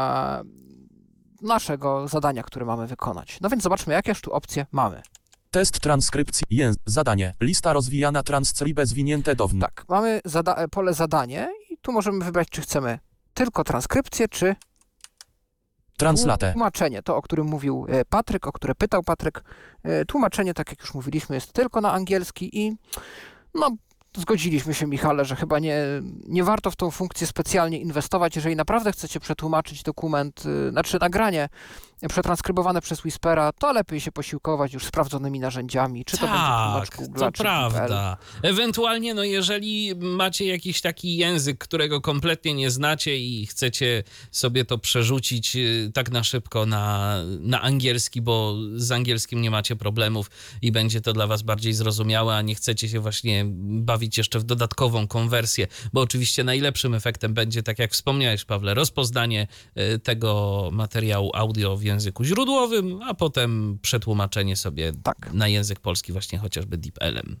naszego zadania, które mamy wykonać. No więc zobaczmy, jakież tu opcje mamy. Test transkrypcji. Zadanie. Lista rozwijana transcribe zwinięte do wn. Tak, mamy pole zadanie i tu możemy wybrać, czy chcemy tylko transkrypcję, czy Translate. tłumaczenie. To, o którym mówił Patryk, o które pytał Patryk. Tłumaczenie, tak jak już mówiliśmy, jest tylko na angielski i no, zgodziliśmy się, Michale, że chyba nie warto w tą funkcję specjalnie inwestować. Jeżeli naprawdę chcecie przetłumaczyć dokument, znaczy nagranie przetranskrybowane przez Whispera, to lepiej się posiłkować już sprawdzonymi narzędziami, czy to będzie tłumacz Tak, Google'a, to czy prawda. Ewentualnie, no jeżeli macie jakiś taki język, którego kompletnie nie znacie i chcecie sobie to przerzucić tak na szybko na angielski, bo z angielskim nie macie problemów i będzie to dla was bardziej zrozumiałe, a nie chcecie się właśnie bawić jeszcze w dodatkową konwersję, bo oczywiście najlepszym efektem będzie, tak jak wspomniałeś, Pawle, rozpoznanie tego materiału audio w języku źródłowym, a potem przetłumaczenie sobie Tak. na język polski właśnie chociażby DeepL-em.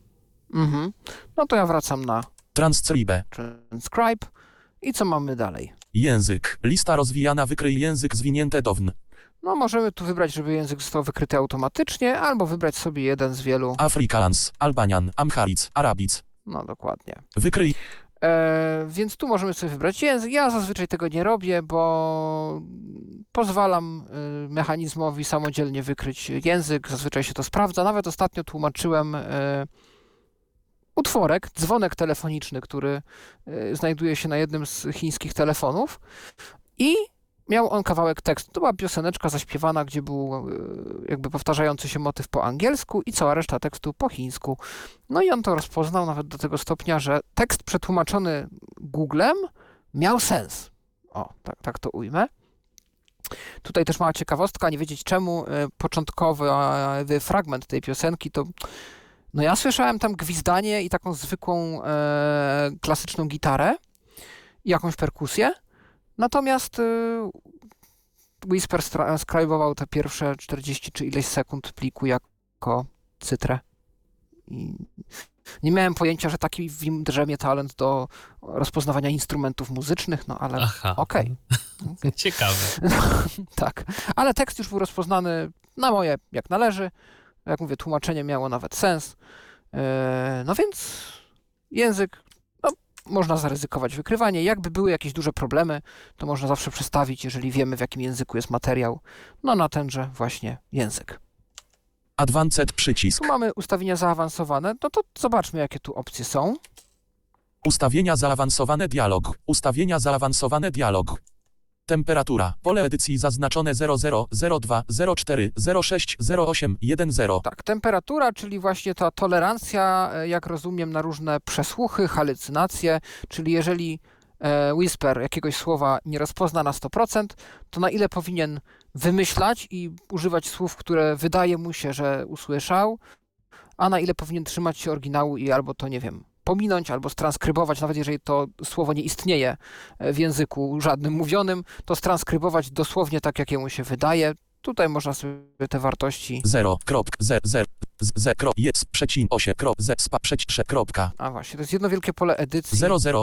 No to ja wracam na Transcribe. transcribe i co mamy dalej? Język. Lista rozwijana. Wykryj język zwinięte do wn. No możemy tu wybrać, żeby język został wykryty automatycznie, albo wybrać sobie jeden z wielu. Afrikaans, Albanian, Amharic, Arabic. No dokładnie. Wykryj. Więc tu możemy sobie wybrać język. Ja zazwyczaj tego nie robię, bo pozwalam mechanizmowi samodzielnie wykryć język. Zazwyczaj się to sprawdza. Nawet ostatnio tłumaczyłem utworek, dzwonek telefoniczny, który znajduje się na jednym z chińskich telefonów i miał on kawałek tekstu. To była pioseneczka zaśpiewana, gdzie był jakby powtarzający się motyw po angielsku i cała reszta tekstu po chińsku. No i on to rozpoznał nawet do tego stopnia, że tekst przetłumaczony Googlem miał sens. O, tak to ujmę. Tutaj też mała ciekawostka, nie wiedzieć czemu początkowy fragment tej piosenki to... No ja słyszałem tam gwizdanie i taką zwykłą klasyczną gitarę i jakąś perkusję. Natomiast Whisper transkrybował te pierwsze 40 czy ileś sekund pliku jako cytrę. I nie miałem pojęcia, że taki w nim drzemie talent do rozpoznawania instrumentów muzycznych, no ale okej. Ciekawe. Tak, ale tekst już był rozpoznany na moje jak należy. Jak mówię, tłumaczenie miało nawet sens. No więc język, no, można zaryzykować wykrywanie. Jakby były jakieś duże problemy, to można zawsze przestawić, jeżeli wiemy, w jakim języku jest materiał, no na tenże właśnie język. Advanced przycisk. Tu mamy ustawienia zaawansowane, no to zobaczmy, jakie tu opcje są. Ustawienia zaawansowane dialog. Ustawienia zaawansowane dialog. Temperatura. Pole edycji zaznaczone 00, 02, 04, 06, 08, 10. Tak, temperatura, czyli właśnie ta tolerancja, jak rozumiem, na różne przesłuchy, halucynacje, czyli jeżeli Whisper jakiegoś słowa nie rozpozna na 100%, to na ile powinien wymyślać i używać słów, które wydaje mu się, że usłyszał, a na ile powinien trzymać się oryginału i albo to, nie wiem, pominąć, albo transkrybować, nawet jeżeli to słowo nie istnieje w języku żadnym mówionym, to transkrybować dosłownie tak, jak jemu się wydaje. Tutaj można sobie te wartości... 0.0.0.8.0. A właśnie, to jest jedno wielkie pole edycji,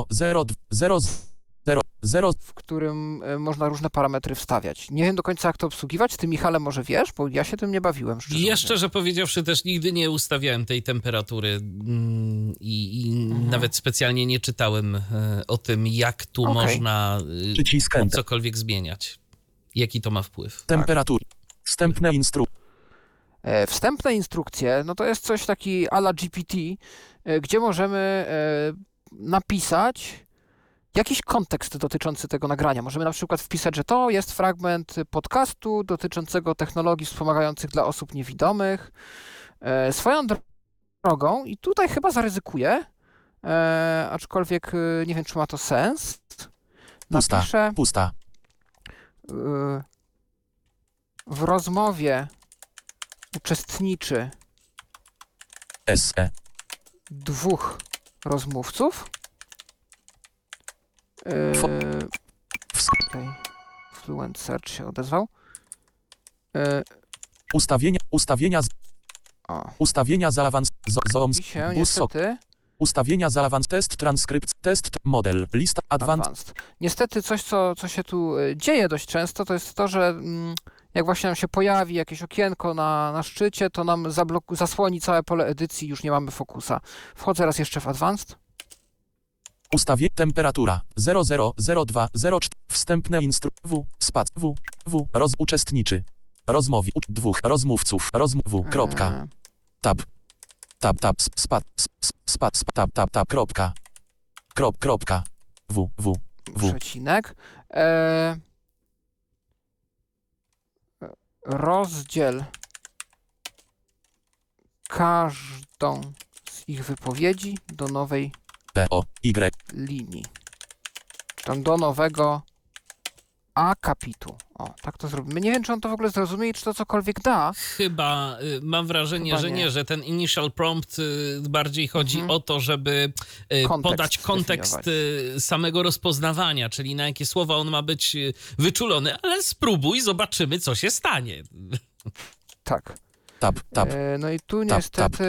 0. w którym można różne parametry wstawiać. Nie wiem do końca, jak to obsługiwać. Ty, Michale, może wiesz? Bo ja się tym nie bawiłem, szczerze Ja mówiąc. szczerze powiedziawszy też nigdy nie ustawiałem tej temperatury i nawet specjalnie nie czytałem o tym, jak tu można Przycisk Enter. cokolwiek zmieniać. Jaki to ma wpływ. Temperatura. Wstępne instrukcje. Wstępne instrukcje, no to jest coś taki à la GPT, gdzie możemy napisać jakiś kontekst dotyczący tego nagrania. Możemy na przykład wpisać, że to jest fragment podcastu dotyczącego technologii wspomagających dla osób niewidomych. Swoją drogą, i tutaj chyba zaryzykuję, aczkolwiek nie wiem, czy ma to sens. Napiszę Pusta. w rozmowie uczestniczy SE. 2 rozmówców. Tutaj Fluent Search się odezwał. Ustawienia za awans. I się niestety Ustawienia za awans. Test transkrypt. Test model. Lista advanced. Niestety coś, co się tu dzieje dość często, to jest to, że jak właśnie nam się pojawi jakieś okienko na szczycie, to nam zasłoni całe pole edycji, już nie mamy fokusa. Wchodzę raz jeszcze w Advanced. Ustawienie temperatura 0002 04 wstępne uczestniczy rozmowie dwóch rozmówców kropka tab kropka przecinek rozdziel każdą z ich wypowiedzi do nowej linii. Tam do nowego akapitu. O, tak to zrobimy. Nie wiem, czy on to w ogóle zrozumie i czy to cokolwiek da. Chyba mam wrażenie, że nie, że ten initial prompt bardziej chodzi o to, żeby podać kontekst samego rozpoznawania, czyli na jakie słowa on ma być wyczulony, ale spróbuj, zobaczymy, co się stanie. Tak. Tab. No i tu niestety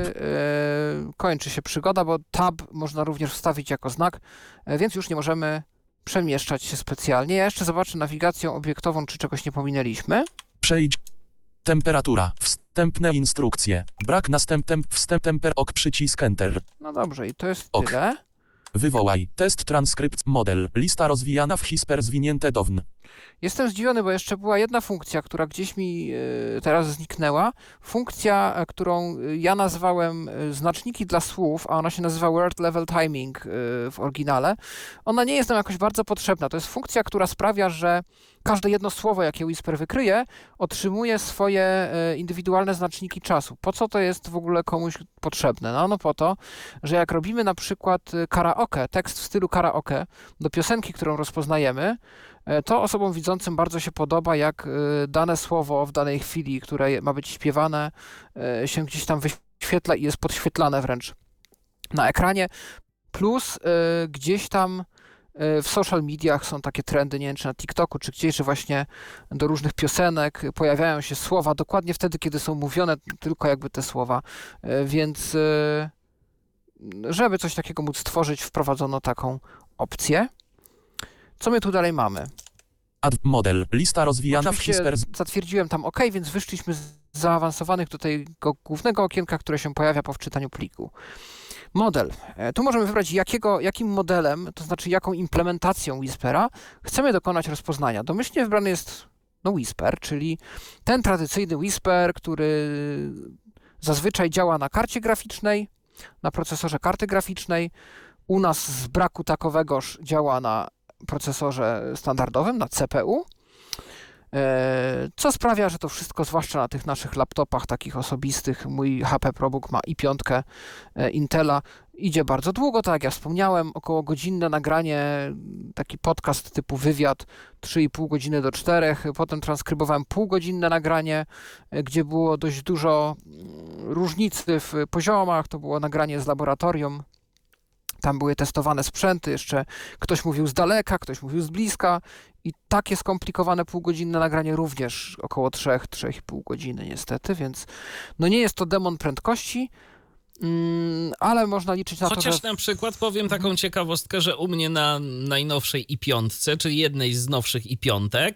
kończy się przygoda, bo tab można również wstawić jako znak, więc już nie możemy przemieszczać się specjalnie. Ja jeszcze zobaczę nawigacją obiektową, czy czegoś nie pominęliśmy. Przejdź. Temperatura. Wstępne instrukcje. Brak ok przycisk Enter. No dobrze, i to jest tyle. Wywołaj. Test transkrypt model. Lista rozwijana w Whisper zwinięte down. Jestem zdziwiony, bo jeszcze była jedna funkcja, która gdzieś mi teraz zniknęła. Funkcja, którą ja nazwałem znaczniki dla słów, a ona się nazywa Word Level Timing w oryginale. Ona nie jest nam jakoś bardzo potrzebna. To jest funkcja, która sprawia, że każde jedno słowo, jakie Whisper wykryje, otrzymuje swoje indywidualne znaczniki czasu. Po co to jest w ogóle komuś potrzebne? No po to, że jak robimy na przykład karaoke, tekst w stylu karaoke do piosenki, którą rozpoznajemy, to osobom widzącym bardzo się podoba, jak dane słowo w danej chwili, które ma być śpiewane, się gdzieś tam wyświetla i jest podświetlane wręcz na ekranie. Plus gdzieś tam w social mediach są takie trendy, nie wiem, czy na TikToku, czy gdzieś, że właśnie do różnych piosenek pojawiają się słowa dokładnie wtedy, kiedy są mówione, tylko jakby te słowa. Więc żeby coś takiego móc stworzyć, wprowadzono taką opcję. Co my tu dalej mamy? Model. Lista rozwijana w Whisper. Zatwierdziłem tam OK, więc wyszliśmy z zaawansowanych do tego głównego okienka, które się pojawia po wczytaniu pliku. Model. Tu możemy wybrać jakim modelem, to znaczy jaką implementacją Whispera chcemy dokonać rozpoznania. Domyślnie wybrany jest Whisper, czyli ten tradycyjny Whisper, który zazwyczaj działa na karcie graficznej, na procesorze karty graficznej. U nas z braku takowegoż działa na procesorze standardowym, na CPU, co sprawia, że to wszystko, zwłaszcza na tych naszych laptopach takich osobistych, mój HP ProBook ma i5 Intela, idzie bardzo długo, tak jak ja wspomniałem, około godzinne nagranie, taki podcast typu wywiad, 3,5 godziny do 4, potem transkrybowałem półgodzinne nagranie, gdzie było dość dużo różnicy w poziomach, to było nagranie z laboratorium, tam były testowane sprzęty, jeszcze ktoś mówił z daleka, ktoś mówił z bliska i takie skomplikowane półgodzinne nagranie również około 3-3,5 godziny niestety, więc no nie jest to demon prędkości, ale można liczyć na to, że... Chociaż na przykład powiem taką ciekawostkę, że u mnie na najnowszej i5, czyli jednej z nowszych i5,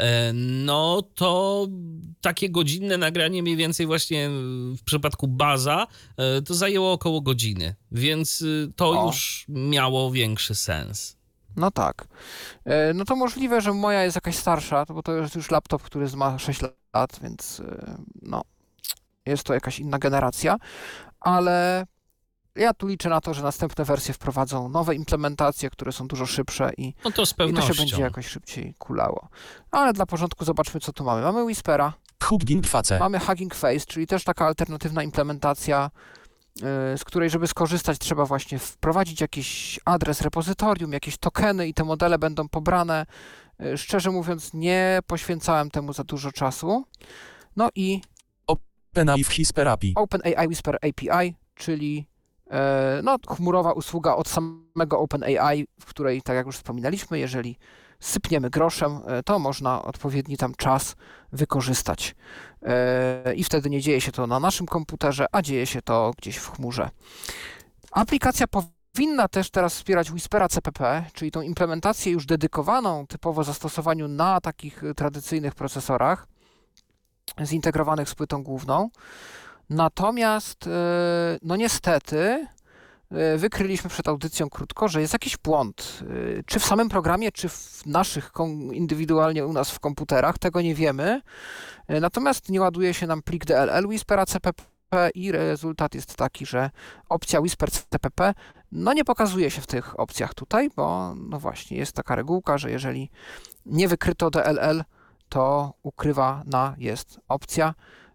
no to takie godzinne nagranie mniej więcej właśnie w przypadku baza to zajęło około godziny, więc to już miało większy sens. No tak. No to możliwe, że moja jest jakaś starsza, bo to jest już laptop, który ma 6 lat, więc no jest to jakaś inna generacja, ale ja tu liczę na to, że następne wersje wprowadzą nowe implementacje, które są dużo szybsze i, no to z i pewnością. to się będzie jakoś szybciej kulało. Ale dla porządku zobaczmy, co tu mamy. Mamy Whispera, Hugging Face. mamy Hugging Face, czyli też taka alternatywna implementacja, z której, żeby skorzystać, trzeba właśnie wprowadzić jakiś adres repozytorium, jakieś tokeny i te modele będą pobrane. Szczerze mówiąc, nie poświęcałem temu za dużo czasu. No i OpenAI w Whisper API. OpenAI Whisper API, czyli no, chmurowa usługa od samego OpenAI, w której, tak jak już wspominaliśmy, jeżeli sypniemy groszem, to można odpowiedni tam czas wykorzystać. I wtedy nie dzieje się to na naszym komputerze, a dzieje się to gdzieś w chmurze. Aplikacja powinna też teraz wspierać Whispera CPP, czyli tą implementację już dedykowaną typowo zastosowaniu na takich tradycyjnych procesorach, zintegrowanych z płytą główną. Natomiast, no niestety, wykryliśmy przed audycją krótko, że jest jakiś błąd. Czy w samym programie, czy w naszych, indywidualnie u nas w komputerach, tego nie wiemy. Natomiast nie ładuje się nam plik DLL Whispera CPP i rezultat jest taki, że opcja Whisper CPP no nie pokazuje się w tych opcjach tutaj, bo no właśnie jest taka regułka, że jeżeli nie wykryto DLL, to ukrywana jest opcja.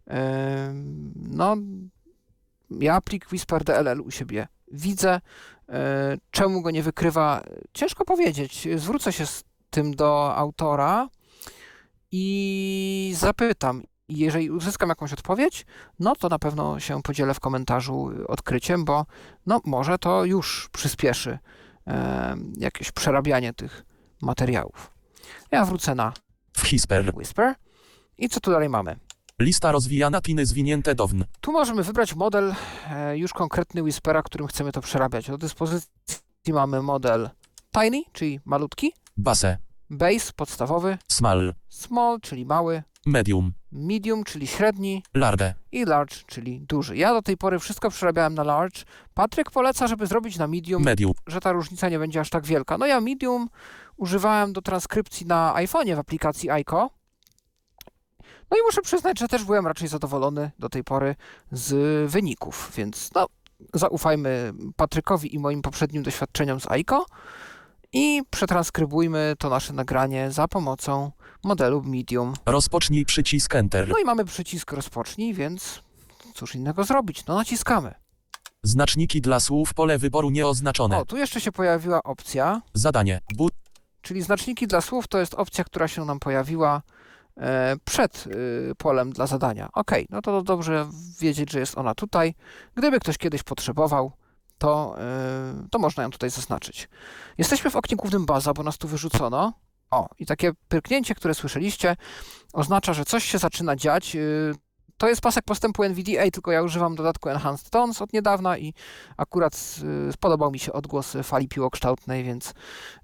No, ja plik Whisper DLL u siebie widzę. Czemu go nie wykrywa? Ciężko powiedzieć. Zwrócę się z tym do autora i zapytam. I jeżeli uzyskam jakąś odpowiedź, no to na pewno się podzielę w komentarzu odkryciem, bo no może to już przyspieszy jakieś przerabianie tych materiałów. Ja wrócę na Whisper. I co tu dalej mamy? Lista rozwijana, piny zwinięte down. Tu możemy wybrać model już konkretny Whispera, którym chcemy to przerabiać. Do dyspozycji mamy model Tiny, czyli malutki, Base, Base, podstawowy, Small, czyli mały, Medium, czyli średni i Large, czyli duży. Ja do tej pory wszystko przerabiałem na Large. Patryk poleca, żeby zrobić na Medium, że ta różnica nie będzie aż tak wielka. No ja Medium używałem do transkrypcji na iPhone'ie w aplikacji iCo. No i muszę przyznać, że też byłem raczej zadowolony do tej pory z wyników, więc no, zaufajmy Patrykowi i moim poprzednim doświadczeniom z iCo i przetranskrybujmy to nasze nagranie za pomocą modelu Medium. Rozpocznij, przycisk Enter. No i mamy przycisk rozpocznij, więc cóż innego zrobić? No naciskamy. Znaczniki dla słów, pole wyboru nieoznaczone. O, tu jeszcze się pojawiła opcja. Zadanie. Czyli znaczniki dla słów to jest opcja, która się nam pojawiła przed polem dla zadania. Ok, no to dobrze wiedzieć, że jest ona tutaj. Gdyby ktoś kiedyś potrzebował, to można ją tutaj zaznaczyć. Jesteśmy w oknie głównym baza, bo nas tu wyrzucono. O, i takie pyrknięcie, które słyszeliście, oznacza, że coś się zaczyna dziać. To jest pasek postępu NVDA, tylko ja używam dodatku Enhanced Tones od niedawna i akurat spodobał mi się odgłos fali piłokształtnej, więc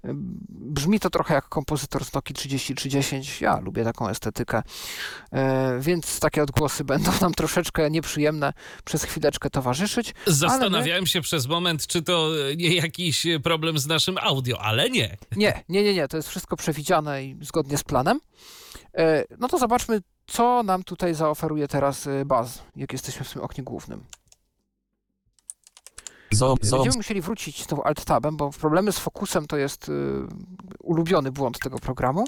brzmi to trochę jak kompozytor z Nokii 3310. Ja lubię taką estetykę, więc takie odgłosy będą nam troszeczkę nieprzyjemne przez chwileczkę towarzyszyć. Zastanawiałem się przez moment, czy to nie jakiś problem z naszym audio, ale nie. Nie, to jest wszystko przewidziane i zgodnie z planem. No to zobaczmy, co nam tutaj zaoferuje teraz Buzz, jak jesteśmy w tym oknie głównym. Będziemy musieli wrócić znowu Alt-Tabem, bo problemy z fokusem to jest ulubiony błąd tego programu.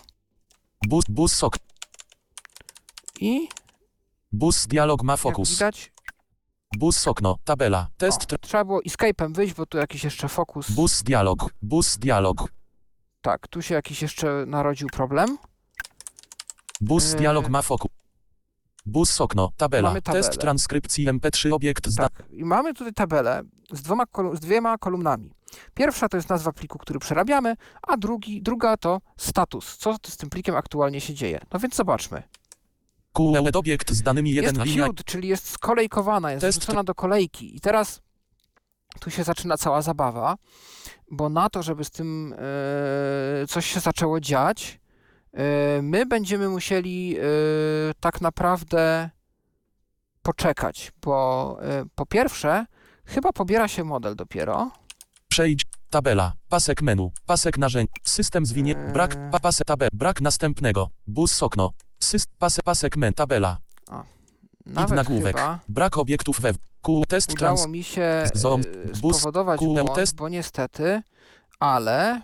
I Bus dialog ma fokus. jak widać, Bus okno, tabela, test. trzeba było escape'em wyjść, bo tu jakiś jeszcze fokus. Bus dialog. Tak, tu się jakiś jeszcze narodził problem. Bus dialog ma fokus. Bus okno, tabela, Mamy tabelę. test transkrypcji MP3 obiekt Tak, i mamy tutaj tabelę z dwiema kolumnami. Pierwsza to jest nazwa pliku, który przerabiamy, a druga to status. Co z tym plikiem aktualnie się dzieje? No więc zobaczmy. QED obiekt z danymi 1 Jest linia. queued, czyli jest skolejkowana, jest Test. wrzucona do kolejki. I teraz tu się zaczyna cała zabawa, bo na to, żeby z tym coś się zaczęło dziać, my będziemy musieli tak naprawdę poczekać, bo po pierwsze chyba pobiera się model dopiero. Przejdź, tabela, pasek menu, pasek narzędzi, system zwinie, brak, pasek tabel, brak następnego, bus okno, pasek men, tabela, Nawet nagłówek, chyba brak obiektów we test udało mi się bus, spowodować błąd, test. bo niestety, ale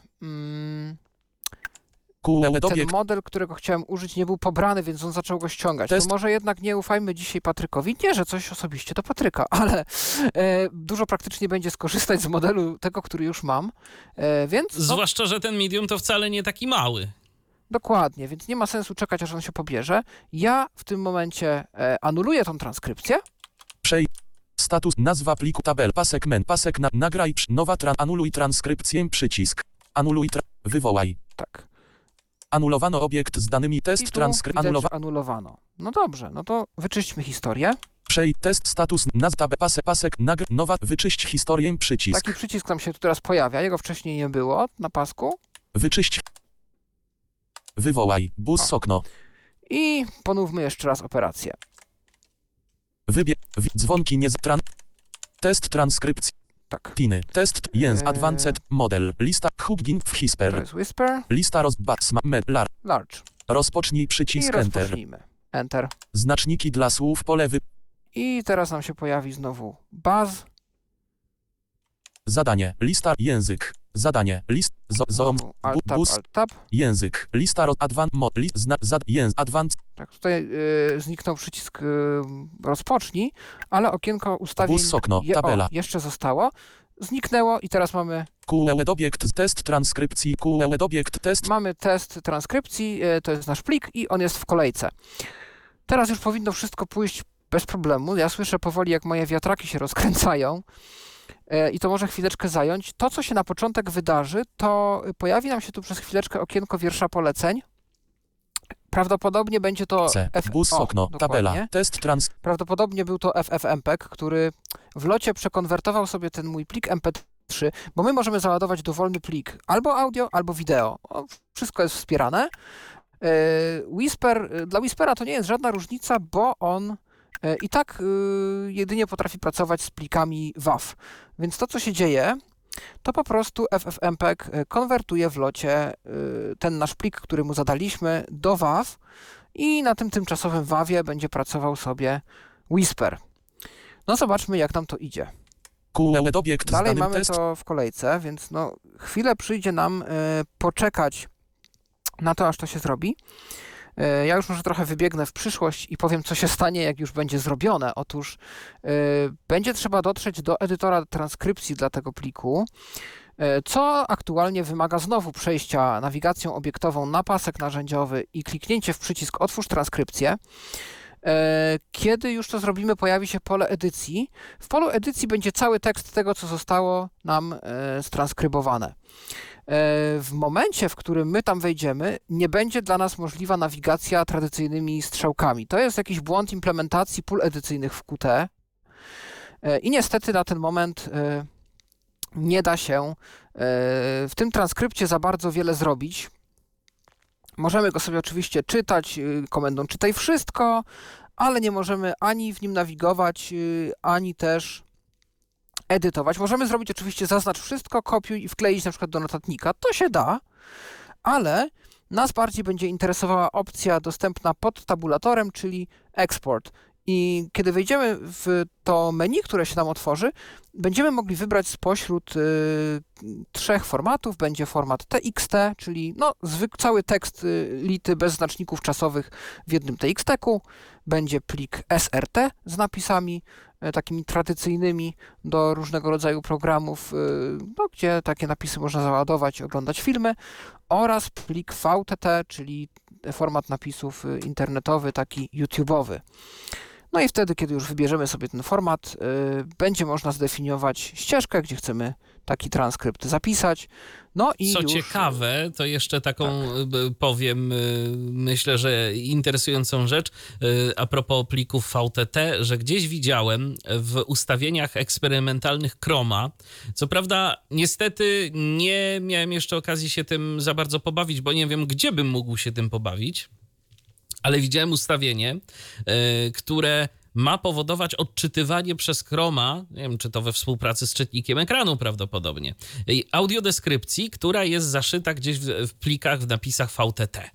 QED ten obiekt, model, którego chciałem użyć, nie był pobrany, więc on zaczął go ściągać. Test. To może jednak nie ufajmy dzisiaj Patrykowi. Nie, że coś osobiście do Patryka, ale dużo praktycznie będzie skorzystać z modelu tego, który już mam. Więc no, Zwłaszcza, że ten medium to wcale nie taki mały. dokładnie, więc nie ma sensu czekać, aż on się pobierze. Ja w tym momencie anuluję tą transkrypcję. przejdź, status, nazwa pliku, tabel, pasek men, pasek nagraj, nowa, anuluj transkrypcję, przycisk, anuluj, wywołaj. Tak. Anulowano obiekt z danymi test I tu transkrypcji. widać, że anulowano. No dobrze, no to wyczyśćmy historię. Przejdź test status tabel pasek nowa wyczyść historię przycisk. Taki przycisk nam się tu teraz pojawia, jego wcześniej nie było na pasku. Wyczyść. Wywołaj bus okno. I ponówmy jeszcze raz operację. Dzwonki nie test transkrypcji. Tak. Piny. Test język advanced model lista hubgin w To hisper. jest Whisper, Lista Large. Rozpocznij I przycisk enter. rozpocznijmy. Enter. Znaczniki dla słów pole I teraz nam się pojawi znowu buzz. zadanie lista język zadanie list Znowu Alt-Tab, Alt-Tab. język lista advanced mod list język advanced Tak, tutaj zniknął przycisk rozpocznij, ale okienko ustawień bus okno tabela. jeszcze zostało. Zniknęło i teraz mamy QED obiekt test transkrypcji QED obiekt test. Mamy test transkrypcji, to jest nasz plik i on jest w kolejce. Teraz już powinno wszystko pójść bez problemu. Ja słyszę powoli, jak moje wiatraki się rozkręcają i to może chwileczkę zająć. To, co się na początek wydarzy, to pojawi nam się tu przez chwileczkę okienko wiersza poleceń. Prawdopodobnie będzie to bus okno dokładnie. tabela test trans. Prawdopodobnie był to FFmpeg, który w locie przekonwertował sobie ten mój plik MP3, bo my możemy załadować dowolny plik albo audio, albo wideo. Wszystko jest wspierane. Dla Whispera to nie jest żadna różnica, bo on i tak jedynie potrafi pracować z plikami WAV. Więc to, co się dzieje, to po prostu FFmpeg konwertuje w locie ten nasz plik, który mu zadaliśmy, do WAV i na tym tymczasowym WAV-ie będzie pracował sobie Whisper. No zobaczmy, jak nam to idzie. QED obiekt Dalej z mamy test. to w kolejce, więc no chwilę przyjdzie nam poczekać na to, aż to się zrobi. Ja już może trochę wybiegnę w przyszłość i powiem, co się stanie, jak już będzie zrobione. Otóż będzie trzeba dotrzeć do edytora transkrypcji dla tego pliku, co aktualnie wymaga znowu przejścia nawigacją obiektową na pasek narzędziowy i kliknięcie w przycisk Otwórz transkrypcję. Kiedy już to zrobimy, pojawi się pole edycji. W polu edycji będzie cały tekst tego, co zostało nam transkrybowane. W momencie, w którym my tam wejdziemy, nie będzie dla nas możliwa nawigacja tradycyjnymi strzałkami. To jest jakiś błąd implementacji pól edycyjnych w Qt. I niestety na ten moment nie da się w tym transkrypcie za bardzo wiele zrobić. Możemy go sobie oczywiście czytać komendą czytaj wszystko, ale nie możemy ani w nim nawigować, ani też edytować. Możemy zrobić oczywiście zaznacz wszystko, kopiuj i wkleić na przykład do notatnika. To się da, ale nas bardziej będzie interesowała opcja dostępna pod tabulatorem, czyli export. I kiedy wejdziemy w to menu, które się nam otworzy, będziemy mogli wybrać spośród 3 formatów. Będzie format TXT, czyli cały tekst lity bez znaczników czasowych w jednym TXT-ku. Będzie plik SRT z napisami takimi tradycyjnymi do różnego rodzaju programów, gdzie takie napisy można załadować, oglądać filmy, oraz plik VTT, czyli format napisów internetowy, taki YouTube'owy. No i wtedy, kiedy już wybierzemy sobie ten format, będzie można zdefiniować ścieżkę, gdzie chcemy taki transkrypt zapisać. No i Co już... ciekawe, to jeszcze taką powiem, myślę, że interesującą rzecz a propos plików VTT, że gdzieś widziałem w ustawieniach eksperymentalnych Chroma. Co prawda, niestety nie miałem jeszcze okazji się tym za bardzo pobawić, bo nie wiem, gdzie bym mógł się tym pobawić, ale widziałem ustawienie, które ma powodować odczytywanie przez Chroma, nie wiem, czy to we współpracy z czytnikiem ekranu prawdopodobnie, audiodeskrypcji, która jest zaszyta gdzieś w plikach, w napisach VTT.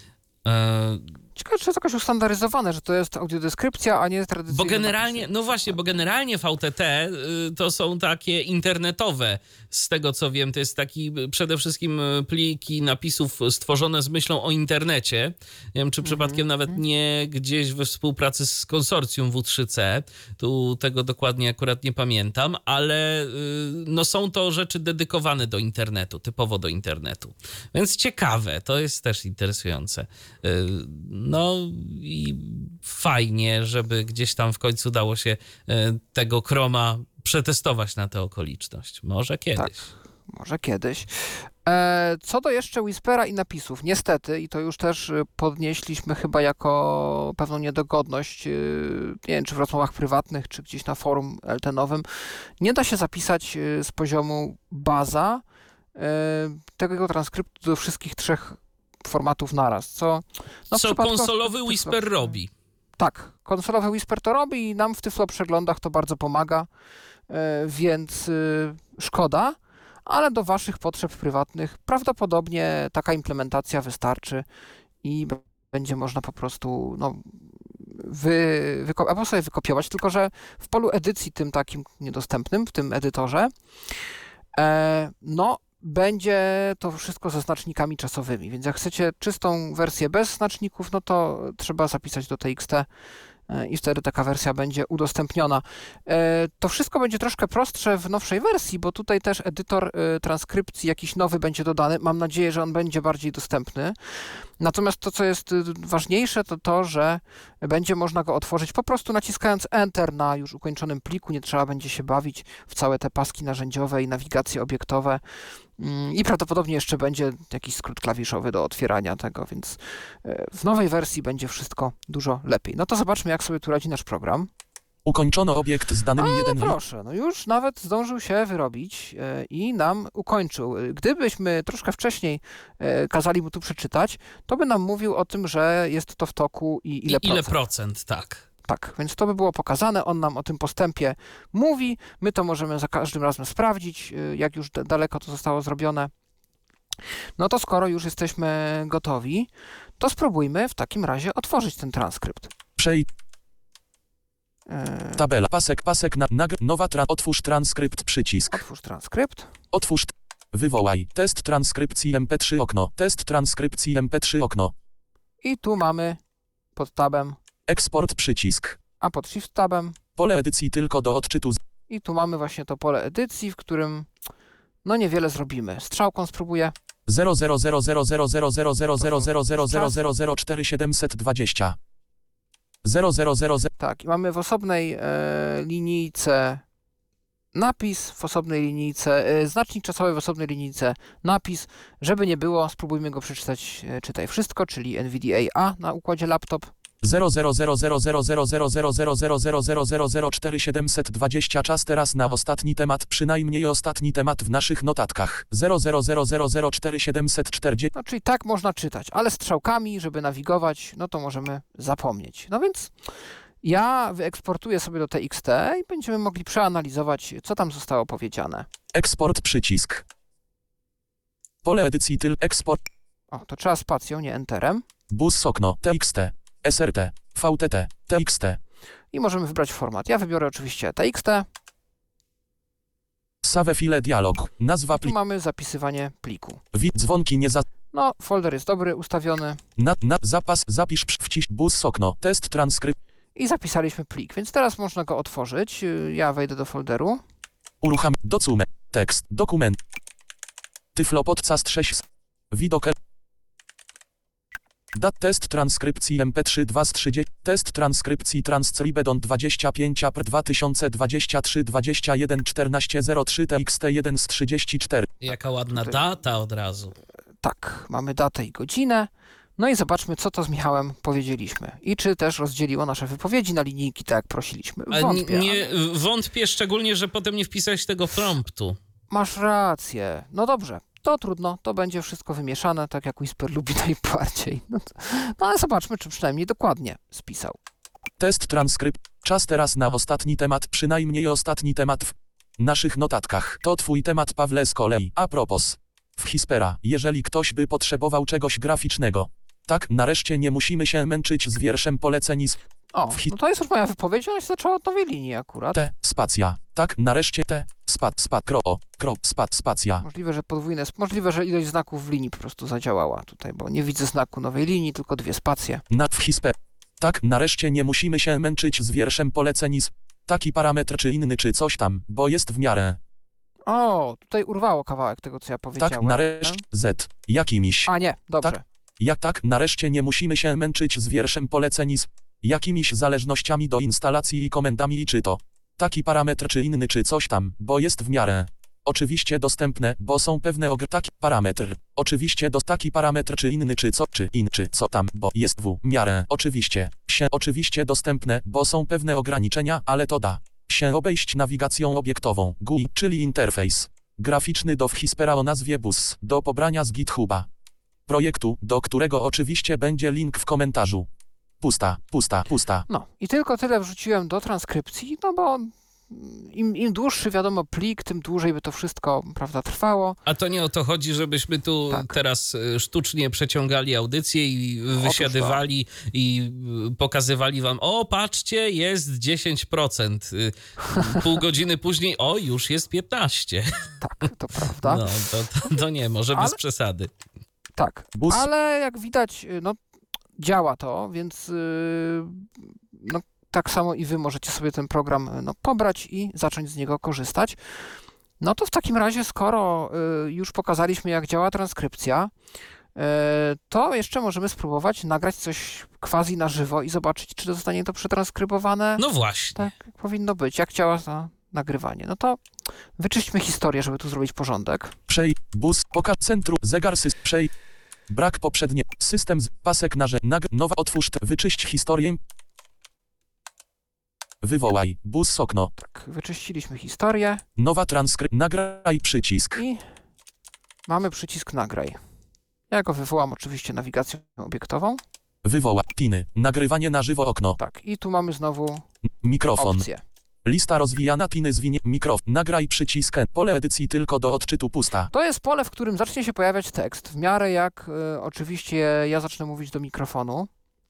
Ciekawe, czy jest jakoś ustandaryzowane, że to jest audiodeskrypcja, a nie tradycyjne Bo generalnie, napisy. no właśnie, bo generalnie VTT to są takie internetowe, z tego co wiem, to jest taki przede wszystkim pliki napisów stworzone z myślą o internecie. Nie wiem, czy przypadkiem nawet nie gdzieś we współpracy z konsorcjum W3C, tu tego dokładnie akurat nie pamiętam, ale no są to rzeczy dedykowane do internetu, typowo do internetu. Więc ciekawe, to jest też interesujące. No i fajnie, żeby gdzieś tam w końcu dało się tego Chroma przetestować na tę okoliczność. Może kiedyś. Tak, może kiedyś. Co do jeszcze Whispera i napisów, niestety, i to już też podnieśliśmy chyba jako pewną niedogodność, nie wiem, czy w rozmowach prywatnych, czy gdzieś na forum LTN-owym, nie da się zapisać z poziomu baza tego transkryptu do wszystkich 3 formatów naraz, co konsolowy Whisper robi. Tak, konsolowy Whisper to robi i nam w Tyflo przeglądach to bardzo pomaga, więc szkoda, ale do waszych potrzeb prywatnych prawdopodobnie taka implementacja wystarczy i będzie można po prostu albo sobie wykopiować, tylko że w polu edycji tym takim niedostępnym, w tym edytorze, będzie to wszystko ze znacznikami czasowymi, więc jak chcecie czystą wersję bez znaczników, no to trzeba zapisać do TXT i wtedy taka wersja będzie udostępniona. To wszystko będzie troszkę prostsze w nowszej wersji, bo tutaj też edytor transkrypcji jakiś nowy będzie dodany. Mam nadzieję, że on będzie bardziej dostępny. Natomiast to, co jest ważniejsze, to to, że będzie można go otworzyć po prostu naciskając Enter na już ukończonym pliku. Nie trzeba będzie się bawić w całe te paski narzędziowe i nawigacje obiektowe. I prawdopodobnie jeszcze będzie jakiś skrót klawiszowy do otwierania tego, więc w nowej wersji będzie wszystko dużo lepiej. No to zobaczmy, jak sobie tu radzi nasz program. Ukończono obiekt z danymi 1. Proszę, no już nawet zdążył się wyrobić i nam ukończył. Gdybyśmy troszkę wcześniej kazali mu tu przeczytać, to by nam mówił o tym, że jest to w toku i ile procent, tak. Tak, więc to by było pokazane, on nam o tym postępie mówi, my to możemy za każdym razem sprawdzić, jak już daleko to zostało zrobione. No to skoro już jesteśmy gotowi, to spróbujmy w takim razie otworzyć ten transkrypt. Tabela, pasek, otwórz transkrypt, przycisk. Otwórz transkrypt. Wywołaj, test transkrypcji MP3 okno, test transkrypcji MP3 okno. I tu mamy pod tabem Eksport, przycisk. A pod Shift tabem Pole edycji tylko do odczytu. I tu mamy właśnie to pole edycji, w którym niewiele zrobimy. Strzałką spróbuję. 000000000004720. 000. Tak, i mamy w osobnej linijce napis, w osobnej linijce znacznik czasowy, w osobnej linijce napis. Żeby nie było, spróbujmy go przeczytać, czytaj wszystko, czyli NVDA A na układzie laptop. 000000000004720. Czas teraz na ostatni temat, przynajmniej ostatni temat w naszych notatkach. 000004740. No czyli tak można czytać, ale strzałkami, żeby nawigować, no to możemy zapomnieć. No więc ja wyeksportuję sobie do TXT i będziemy mogli przeanalizować, co tam zostało powiedziane. Eksport, przycisk. Pole edycji eksport. O, to trzeba spacją, nie enterem. Bus okno, TXT, SRT, VTT, TXT. i możemy wybrać format. Ja wybiorę oczywiście TXT. Save file dialog. Nazwa Tu plik. mamy zapisywanie pliku. Dzwonki nie za... No, folder jest dobry, ustawiony Zapas. Zapisz. Wciś. Bus okno. Test transkrypt. i zapisaliśmy plik, więc teraz można go otworzyć. Ja wejdę do folderu. Urucham. Document. Tekst. Dokument. Tyflo podcast 6. Widok. Test transkrypcji MP3 2 z 30. Test transkrypcji Transcribedon 25 apr 2023 21 14 03 TXT 1 z 34. Jaka ładna Tutaj- data od razu. Tak, mamy datę i godzinę. No i zobaczmy, co to z Michałem powiedzieliśmy. I czy też rozdzieliło nasze wypowiedzi na linijki, tak jak prosiliśmy. Ale Wątpię, nie, ale wątpię szczególnie, że potem nie wpisałeś tego promptu. masz rację. No dobrze, to trudno, to będzie wszystko wymieszane, tak jak Whisper lubi najbardziej. No ale zobaczmy, czy przynajmniej dokładnie spisał. Test transkrypt. Czas teraz na ostatni temat, przynajmniej ostatni temat w naszych notatkach. To twój temat, Pawle, z kolei. A propos. W Hispera, jeżeli ktoś by potrzebował czegoś graficznego. Tak, nareszcie nie musimy się męczyć z wierszem poleceni z O, no to jest już moja wypowiedź, ona się zaczęła od nowej linii akurat. spacja. Tak, nareszcie spacja. Możliwe, że ilość znaków w linii po prostu zadziałała tutaj, bo nie widzę znaku nowej linii, tylko 2 spacje. W Hisper. Tak, nareszcie nie musimy się męczyć z wierszem poleceni z taki parametr czy inny czy coś tam, bo jest w miarę. O, tutaj urwało kawałek tego, co ja powiedziałem. Tak, nareszcie z jakimiś. A nie, dobrze. Nareszcie nie musimy się męczyć z wierszem poleceni z jakimiś zależnościami do instalacji i komendami i czy to taki parametr czy inny czy coś tam, bo jest w miarę. Oczywiście dostępne, bo są pewne taki parametr. Oczywiście taki parametr czy inny czy co tam, bo jest w miarę. Oczywiście dostępne, bo są pewne ograniczenia, ale to da się obejść nawigacją obiektową GUI, czyli interfejs graficzny do Hispera o nazwie Bus, do pobrania z GitHuba projektu, do którego oczywiście będzie link w komentarzu. Pusta. No i tylko tyle wrzuciłem do transkrypcji, no bo im dłuższy, wiadomo, plik, tym dłużej by to wszystko, prawda, trwało. A to nie o to chodzi, żebyśmy tu teraz sztucznie przeciągali audycję i wysiadywali i pokazywali wam, o patrzcie, jest 10%. Pół godziny później, o już jest 15%. Tak, to prawda. No, to nie, może bez przesady. Tak, Bus. ale jak widać, no działa to, więc no, tak samo i wy możecie sobie ten program pobrać i zacząć z niego korzystać. No to w takim razie, skoro już pokazaliśmy, jak działa transkrypcja, to jeszcze możemy spróbować nagrać coś quasi na żywo i zobaczyć, czy zostanie to przetranskrybowane No właśnie. tak, jak powinno być, jak działa to nagrywanie. No to wyczyśćmy historię, żeby tu zrobić porządek. Bus, pokaż centrum, zegar brak poprzednie, system pasek nowa otwórz, wyczyść historię. Wywołaj, bus okno. Tak, wyczyściliśmy historię. Nowa transkrypcja, nagraj przycisk. I mamy przycisk nagraj. Ja go wywołam oczywiście nawigacją obiektową. Wywoła, piny, nagrywanie na żywo okno. Tak, i tu mamy znowu Mikrofon. opcję. Lista rozwijana, piny zwinie, mikrofon, nagraj przycisk, pole edycji tylko do odczytu pusta. To jest pole, w którym zacznie się pojawiać tekst. W miarę jak oczywiście ja zacznę mówić do mikrofonu.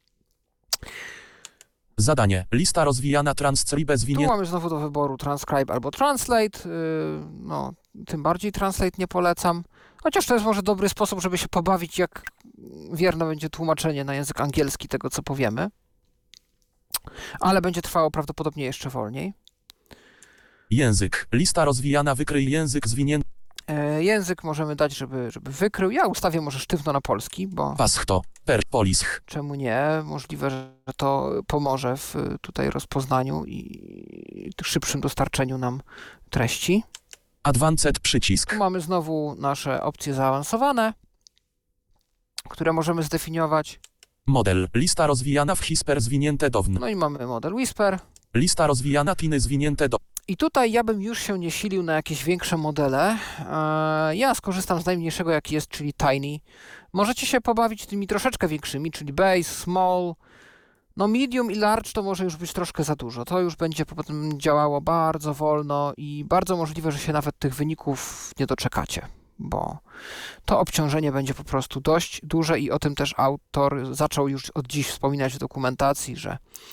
Zadanie, lista rozwijana, transcribe Tu zwinie, mamy znowu do wyboru transcribe albo translate. No, tym bardziej translate nie polecam. Chociaż to jest może dobry sposób, żeby się pobawić, jak wierne będzie tłumaczenie na język angielski tego, co powiemy. Ale będzie trwało prawdopodobnie jeszcze wolniej. język, lista rozwijana, wykryj język zwinięty, Język możemy dać, żeby wykrył. Ja ustawię może sztywno na polski, bo paschto, polisch, czemu nie? Możliwe, że to pomoże w tutaj rozpoznaniu i szybszym dostarczeniu nam treści. advanced przycisk, Tu mamy znowu nasze opcje zaawansowane, które możemy zdefiniować. model, lista rozwijana w Hisper zwinięte do No i mamy model Whisper. lista rozwijana, piny zwinięte do I tutaj ja bym już się nie silił na jakieś większe modele. Ja skorzystam z najmniejszego, jaki jest, czyli Tiny. Możecie się pobawić tymi troszeczkę większymi, czyli Base, Small. No Medium i Large to może już być troszkę za dużo. To już będzie potem działało bardzo wolno i bardzo możliwe, że się nawet tych wyników nie doczekacie, bo to obciążenie będzie po prostu dość duże i o tym też autor zaczął już od dziś wspominać w dokumentacji, że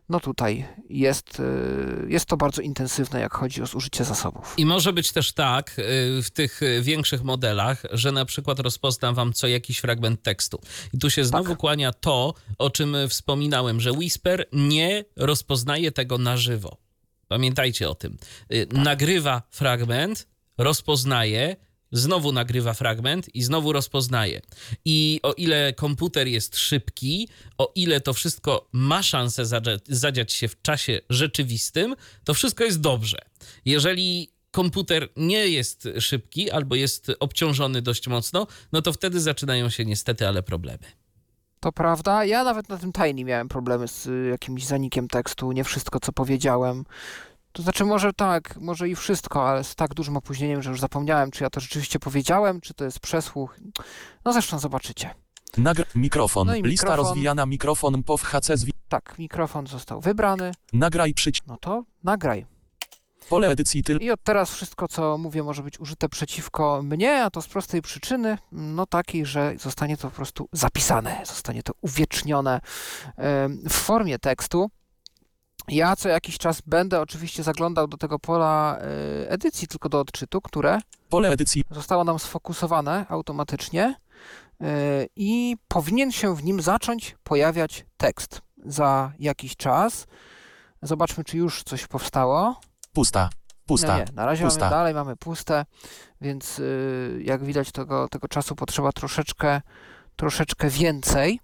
no tutaj jest to bardzo intensywne, jak chodzi o zużycie zasobów. I może być też tak w tych większych modelach, że na przykład rozpozna wam co jakiś fragment tekstu. I tu się znowu kłania to, o czym wspominałem, że Whisper nie rozpoznaje tego na żywo. Pamiętajcie o tym. Nagrywa fragment, rozpoznaje, znowu nagrywa fragment i znowu rozpoznaje. I o ile komputer jest szybki, o ile to wszystko ma szansę zadziać się w czasie rzeczywistym, to wszystko jest dobrze. Jeżeli komputer nie jest szybki albo jest obciążony dość mocno, no to wtedy zaczynają się niestety, ale problemy. To prawda. Ja nawet na tym Tiny miałem problemy z jakimś zanikiem tekstu, nie wszystko, co powiedziałem. To znaczy może i wszystko, ale z tak dużym opóźnieniem, że już zapomniałem, czy ja to rzeczywiście powiedziałem, czy to jest przesłuch. No zresztą zobaczycie. Mikrofon. No i Lista mikrofon. rozwijana. Mikrofon POW HC. Tak, mikrofon został wybrany. Nagraj przycisk. No to nagraj. Pole edycji I od teraz wszystko, co mówię, może być użyte przeciwko mnie, a to z prostej przyczyny, no takiej, że zostanie to po prostu zapisane, zostanie to uwiecznione w formie tekstu. Ja co jakiś czas będę oczywiście zaglądał do tego pola edycji, tylko do odczytu, które Pole edycji. zostało nam sfokusowane automatycznie i powinien się w nim zacząć pojawiać tekst za jakiś czas. Zobaczmy, czy już coś powstało. Pusta. No nie, na razie Pusta. mamy puste, więc jak widać tego czasu potrzeba troszeczkę więcej.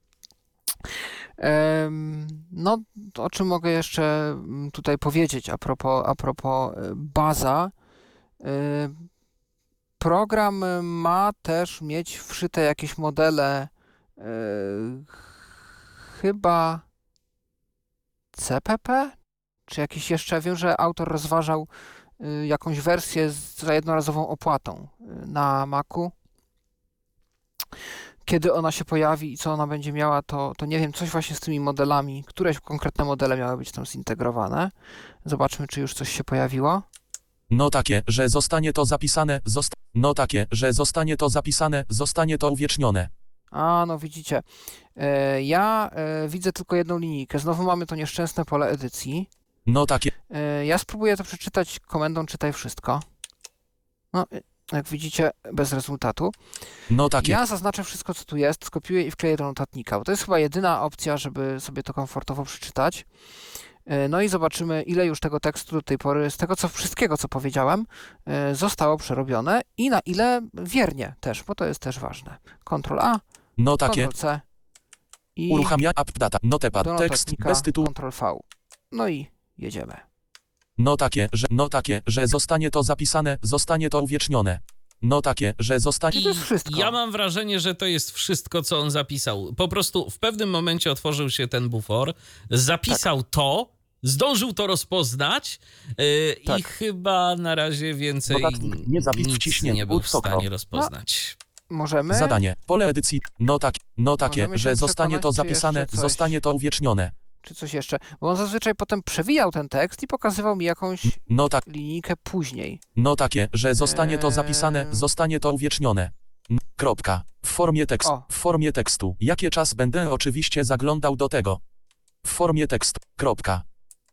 No, o czym mogę jeszcze tutaj powiedzieć a propos baza. Program ma też mieć wszyte jakieś modele chyba CPP? Czy jakiś jeszcze? Wiem, że autor rozważał jakąś wersję za jednorazową opłatą na Macu. Kiedy ona się pojawi i co ona będzie miała, to nie wiem, coś właśnie z tymi modelami, któreś konkretne modele miały być tam zintegrowane. Zobaczmy, czy już coś się pojawiło. No takie, że zostanie to zapisane, zostanie to uwiecznione. A, no widzicie. Ja widzę tylko jedną linijkę. Znowu mamy to nieszczęsne pole edycji. No takie. Ja spróbuję to przeczytać komendą czytaj wszystko. No, jak widzicie, bez rezultatu. No takie. Ja zaznaczę wszystko, co tu jest, skopiuję i wkleję do notatnika, bo to jest chyba jedyna opcja, żeby sobie to komfortowo przeczytać. No i zobaczymy, ile już tego tekstu do tej pory, z tego wszystkiego, co powiedziałem, zostało przerobione i na ile wiernie też, bo to jest też ważne. Ctrl-A, No takie. Ctrl-C i Uruchamia AppData. Notepad. do Tekst notatnika bez tytułu. Ctrl-V. No i jedziemy. No takie, że zostanie to zapisane, zostanie to uwiecznione. No takie, że zostanie. I to jest wszystko. Ja mam wrażenie, że to jest wszystko, co on zapisał. Po prostu w pewnym momencie otworzył się ten bufor, zapisał to, zdążył to rozpoznać i chyba na razie więcej Nie zapis nic wciśnięty. nie był w Autokrok. stanie rozpoznać. Możemy? Zadanie. Pole edycji. No takie, Możemy się że zostanie to przekonać, czy zapisane, jeszcze coś? zostanie to uwiecznione. Czy coś jeszcze? Bo on zazwyczaj potem przewijał ten tekst i pokazywał mi jakąś No tak, linijkę później. no takie, że zostanie to zapisane, zostanie to uwiecznione. Kropka. O. W formie tekstu. Jakie czas będę oczywiście zaglądał do tego. W formie tekstu. Kropka.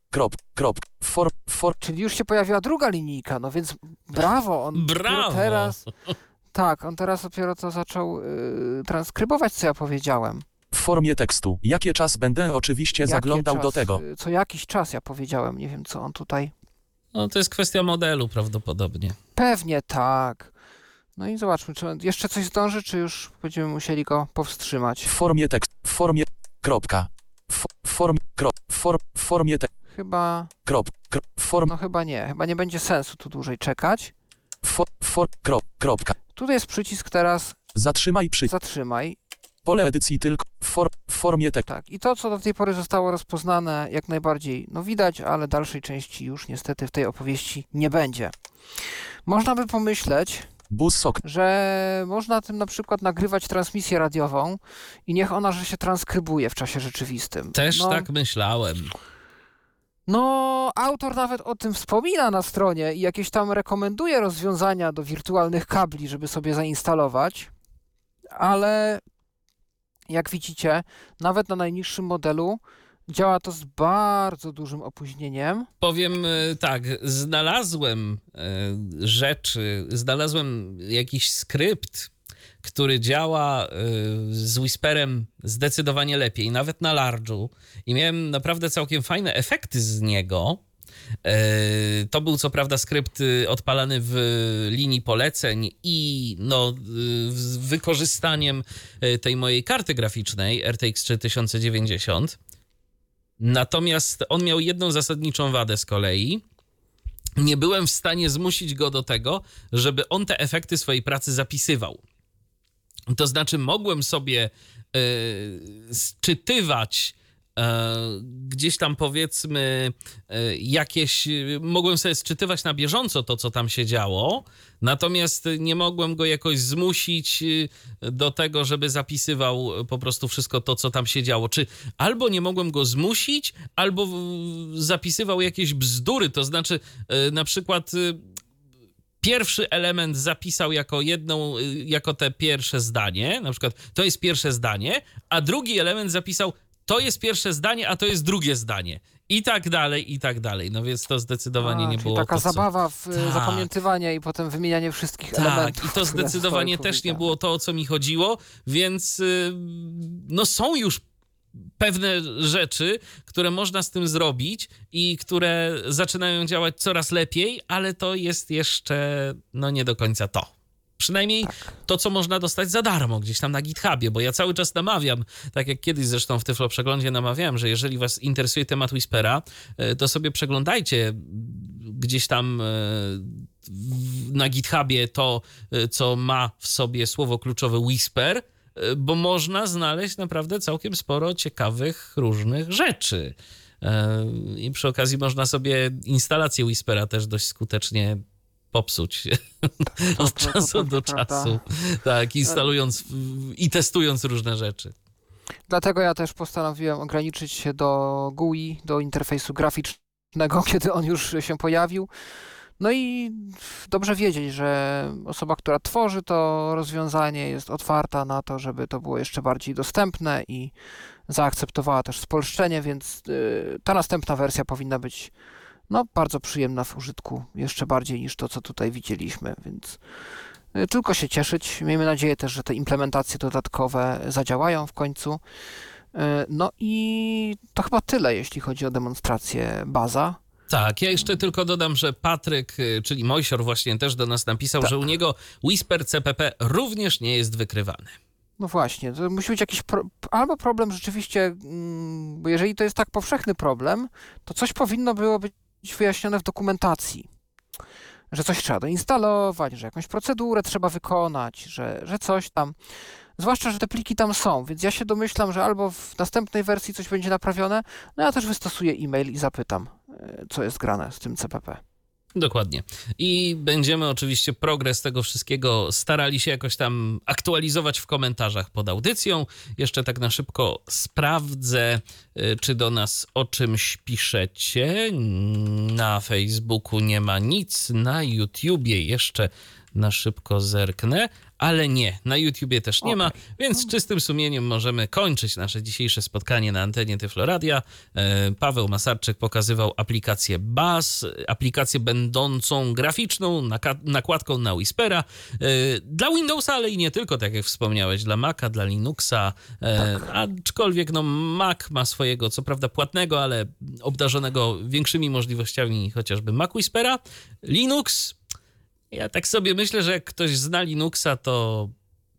Czyli już się pojawiła druga linijka, no więc brawo, on dopiero Brawo! teraz... Tak, on teraz dopiero to zaczął transkrybować, co ja powiedziałem. W formie tekstu. Jakie czas będę oczywiście Jaki zaglądał czas? do tego. Co jakiś czas ja powiedziałem, nie wiem, co on tutaj... No to jest kwestia modelu prawdopodobnie. Pewnie tak. No i zobaczmy, czy on jeszcze coś zdąży, czy już będziemy musieli go powstrzymać. W formie tekstu. W formie. Kropka. W formie tekstu. Chyba... No chyba nie. Chyba nie będzie sensu tu dłużej czekać. Kropka. Tutaj jest przycisk teraz Zatrzymaj przycisk. zatrzymaj. Pole edycji tylko w formie tekstu. Tak, i to, co do tej pory zostało rozpoznane, jak najbardziej no widać, ale dalszej części już niestety w tej opowieści nie będzie. Można by pomyśleć, że można tym na przykład nagrywać transmisję radiową i niech ona, że się transkrybuje w czasie rzeczywistym. Też tak myślałem. No, autor nawet o tym wspomina na stronie i jakieś tam rekomenduje rozwiązania do wirtualnych kabli, żeby sobie zainstalować, ale jak widzicie, nawet na najniższym modelu Działa to z bardzo dużym opóźnieniem. Powiem tak, znalazłem jakiś skrypt, który działa z Whisperem zdecydowanie lepiej, nawet na large'u, i miałem naprawdę całkiem fajne efekty z niego. To był co prawda skrypt odpalany w linii poleceń i z wykorzystaniem tej mojej karty graficznej RTX 3090. Natomiast on miał jedną zasadniczą wadę z kolei. Nie byłem w stanie zmusić go do tego, żeby on te efekty swojej pracy zapisywał. To znaczy mogłem sobie sczytywać gdzieś tam powiedzmy mogłem sobie sczytywać na bieżąco to, co tam się działo, natomiast nie mogłem go jakoś zmusić do tego, żeby zapisywał po prostu wszystko to, co tam się działo. Czy albo nie mogłem go zmusić, albo zapisywał jakieś bzdury, to znaczy na przykład pierwszy element zapisał jako te pierwsze zdanie, na przykład to jest pierwsze zdanie, a drugi element zapisał to jest pierwsze zdanie, a to jest drugie zdanie. I tak dalej, i tak dalej. No więc to zdecydowanie nie było taka to, zabawa w zapamiętywanie i potem wymienianie wszystkich elementów. Tak, i to zdecydowanie też nie było to, o co mi chodziło, więc są już pewne rzeczy, które można z tym zrobić i które zaczynają działać coraz lepiej, ale to jest jeszcze nie do końca to. Przynajmniej to, co można dostać za darmo gdzieś tam na GitHubie, bo ja cały czas namawiam, tak jak kiedyś zresztą w Tyflo Przeglądzie namawiałem, że jeżeli was interesuje temat Whispera, to sobie przeglądajcie gdzieś tam na GitHubie to, co ma w sobie słowo kluczowe Whisper, bo można znaleźć naprawdę całkiem sporo ciekawych różnych rzeczy. I przy okazji można sobie instalację Whispera też dość skutecznie popsuć od czasu do czasu. Tak, instalując i testując różne rzeczy. Dlatego ja też postanowiłem ograniczyć się do GUI, do interfejsu graficznego, kiedy on już się pojawił. No i dobrze wiedzieć, że osoba, która tworzy to rozwiązanie, jest otwarta na to, żeby to było jeszcze bardziej dostępne i zaakceptowała też spolszczenie, więc ta następna wersja powinna być bardzo przyjemna w użytku, jeszcze bardziej niż to, co tutaj widzieliśmy, więc tylko się cieszyć. Miejmy nadzieję też, że te implementacje dodatkowe zadziałają w końcu. No i to chyba tyle, jeśli chodzi o demonstrację Baza. Tak, ja jeszcze tylko dodam, że Patryk, czyli Mojsior właśnie też do nas napisał, że u niego Whisper CPP również nie jest wykrywany. No właśnie, to musi być jakiś albo problem rzeczywiście, bo jeżeli to jest tak powszechny problem, to coś powinno było być wyjaśnione w dokumentacji, że coś trzeba doinstalować, że jakąś procedurę trzeba wykonać, że coś tam. Zwłaszcza, że te pliki tam są, więc ja się domyślam, że albo w następnej wersji coś będzie naprawione, ja też wystosuję e-mail i zapytam, co jest grane z tym CPP. Dokładnie. I będziemy oczywiście progres tego wszystkiego starali się jakoś tam aktualizować w komentarzach pod audycją. Jeszcze tak na szybko sprawdzę, czy do nas o czymś piszecie. Na Facebooku nie ma nic, na YouTubie jeszcze na szybko zerknę, ale nie, na YouTubie też nie ma, więc z czystym sumieniem możemy kończyć nasze dzisiejsze spotkanie na antenie Tyflo Radia. Paweł Masarczyk pokazywał aplikację Buzz, aplikację będącą graficzną nakładką na Whispera dla Windowsa, ale i nie tylko, tak jak wspomniałeś, dla Maca, dla Linuxa, aczkolwiek Mac ma swojego, co prawda płatnego, ale obdarzonego większymi możliwościami chociażby Mac Whispera. Linux, ja tak sobie myślę, że jak ktoś zna Linuxa, to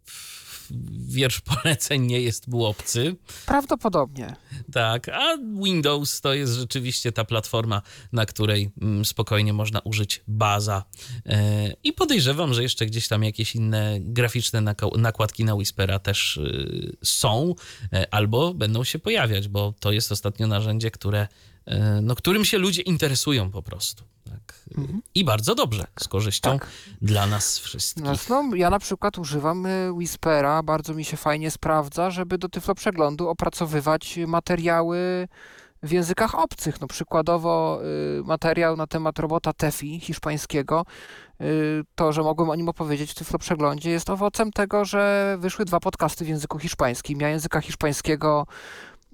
wiersz poleceń nie jest mu obcy. Prawdopodobnie. Tak, a Windows to jest rzeczywiście ta platforma, na której spokojnie można użyć Baza. I podejrzewam, że jeszcze gdzieś tam jakieś inne graficzne nakładki na Whispera też są, albo będą się pojawiać, bo to jest ostatnio narzędzie, którym się ludzie interesują po prostu. Tak. I bardzo dobrze, z korzyścią dla nas wszystkich. Ja na przykład używam Whispera, bardzo mi się fajnie sprawdza, żeby do Tyflo Przeglądu opracowywać materiały w językach obcych. Przykładowo materiał na temat robota TEFI hiszpańskiego, to, że mogłem o nim opowiedzieć w Tyflo Przeglądzie, jest owocem tego, że wyszły 2 podcasty w języku hiszpańskim. Ja języka hiszpańskiego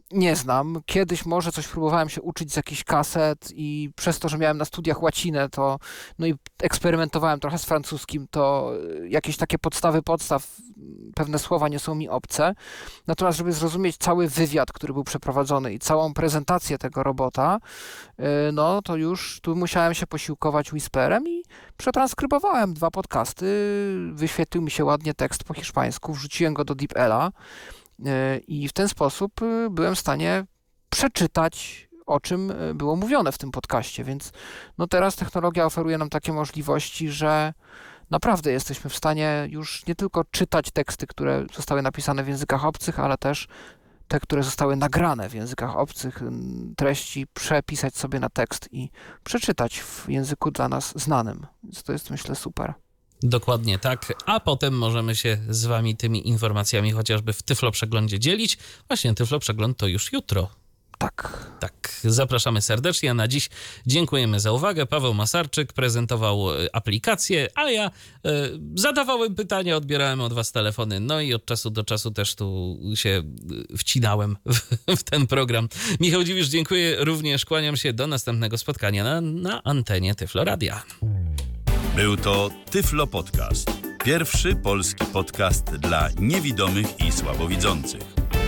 nie znam. Kiedyś może coś próbowałem się uczyć z jakichś kaset i przez to, że miałem na studiach łacinę, to no i eksperymentowałem trochę z francuskim, to jakieś takie podstaw, pewne słowa nie są mi obce. Natomiast żeby zrozumieć cały wywiad, który był przeprowadzony i całą prezentację tego robota, no to już tu musiałem się posiłkować Whisperem i przetranskrybowałem 2 podcasty, wyświetlił mi się ładnie tekst po hiszpańsku, wrzuciłem go do DeepL'a i w ten sposób byłem w stanie przeczytać, o czym było mówione w tym podcaście, więc no teraz technologia oferuje nam takie możliwości, że naprawdę jesteśmy w stanie już nie tylko czytać teksty, które zostały napisane w językach obcych, ale też te, które zostały nagrane w językach obcych, treści przepisać sobie na tekst i przeczytać w języku dla nas znanym. Więc to jest, myślę, super. Dokładnie tak, a potem możemy się z wami tymi informacjami chociażby w Tyflo Przeglądzie dzielić. Właśnie Tyflo Przegląd to już jutro. Tak. Tak, zapraszamy serdecznie, a na dziś dziękujemy za uwagę. Paweł Masarczyk prezentował aplikację, a ja zadawałem pytania, odbierałem od was telefony, no i od czasu do czasu też tu się wcinałem w ten program. Michał Dziwisz, dziękuję również, kłaniam się, do następnego spotkania na antenie Tyflo Radia. Był to Tyflo Podcast. Pierwszy polski podcast dla niewidomych i słabowidzących.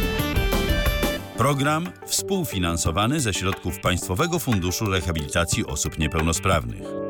Program współfinansowany ze środków Państwowego Funduszu Rehabilitacji Osób Niepełnosprawnych.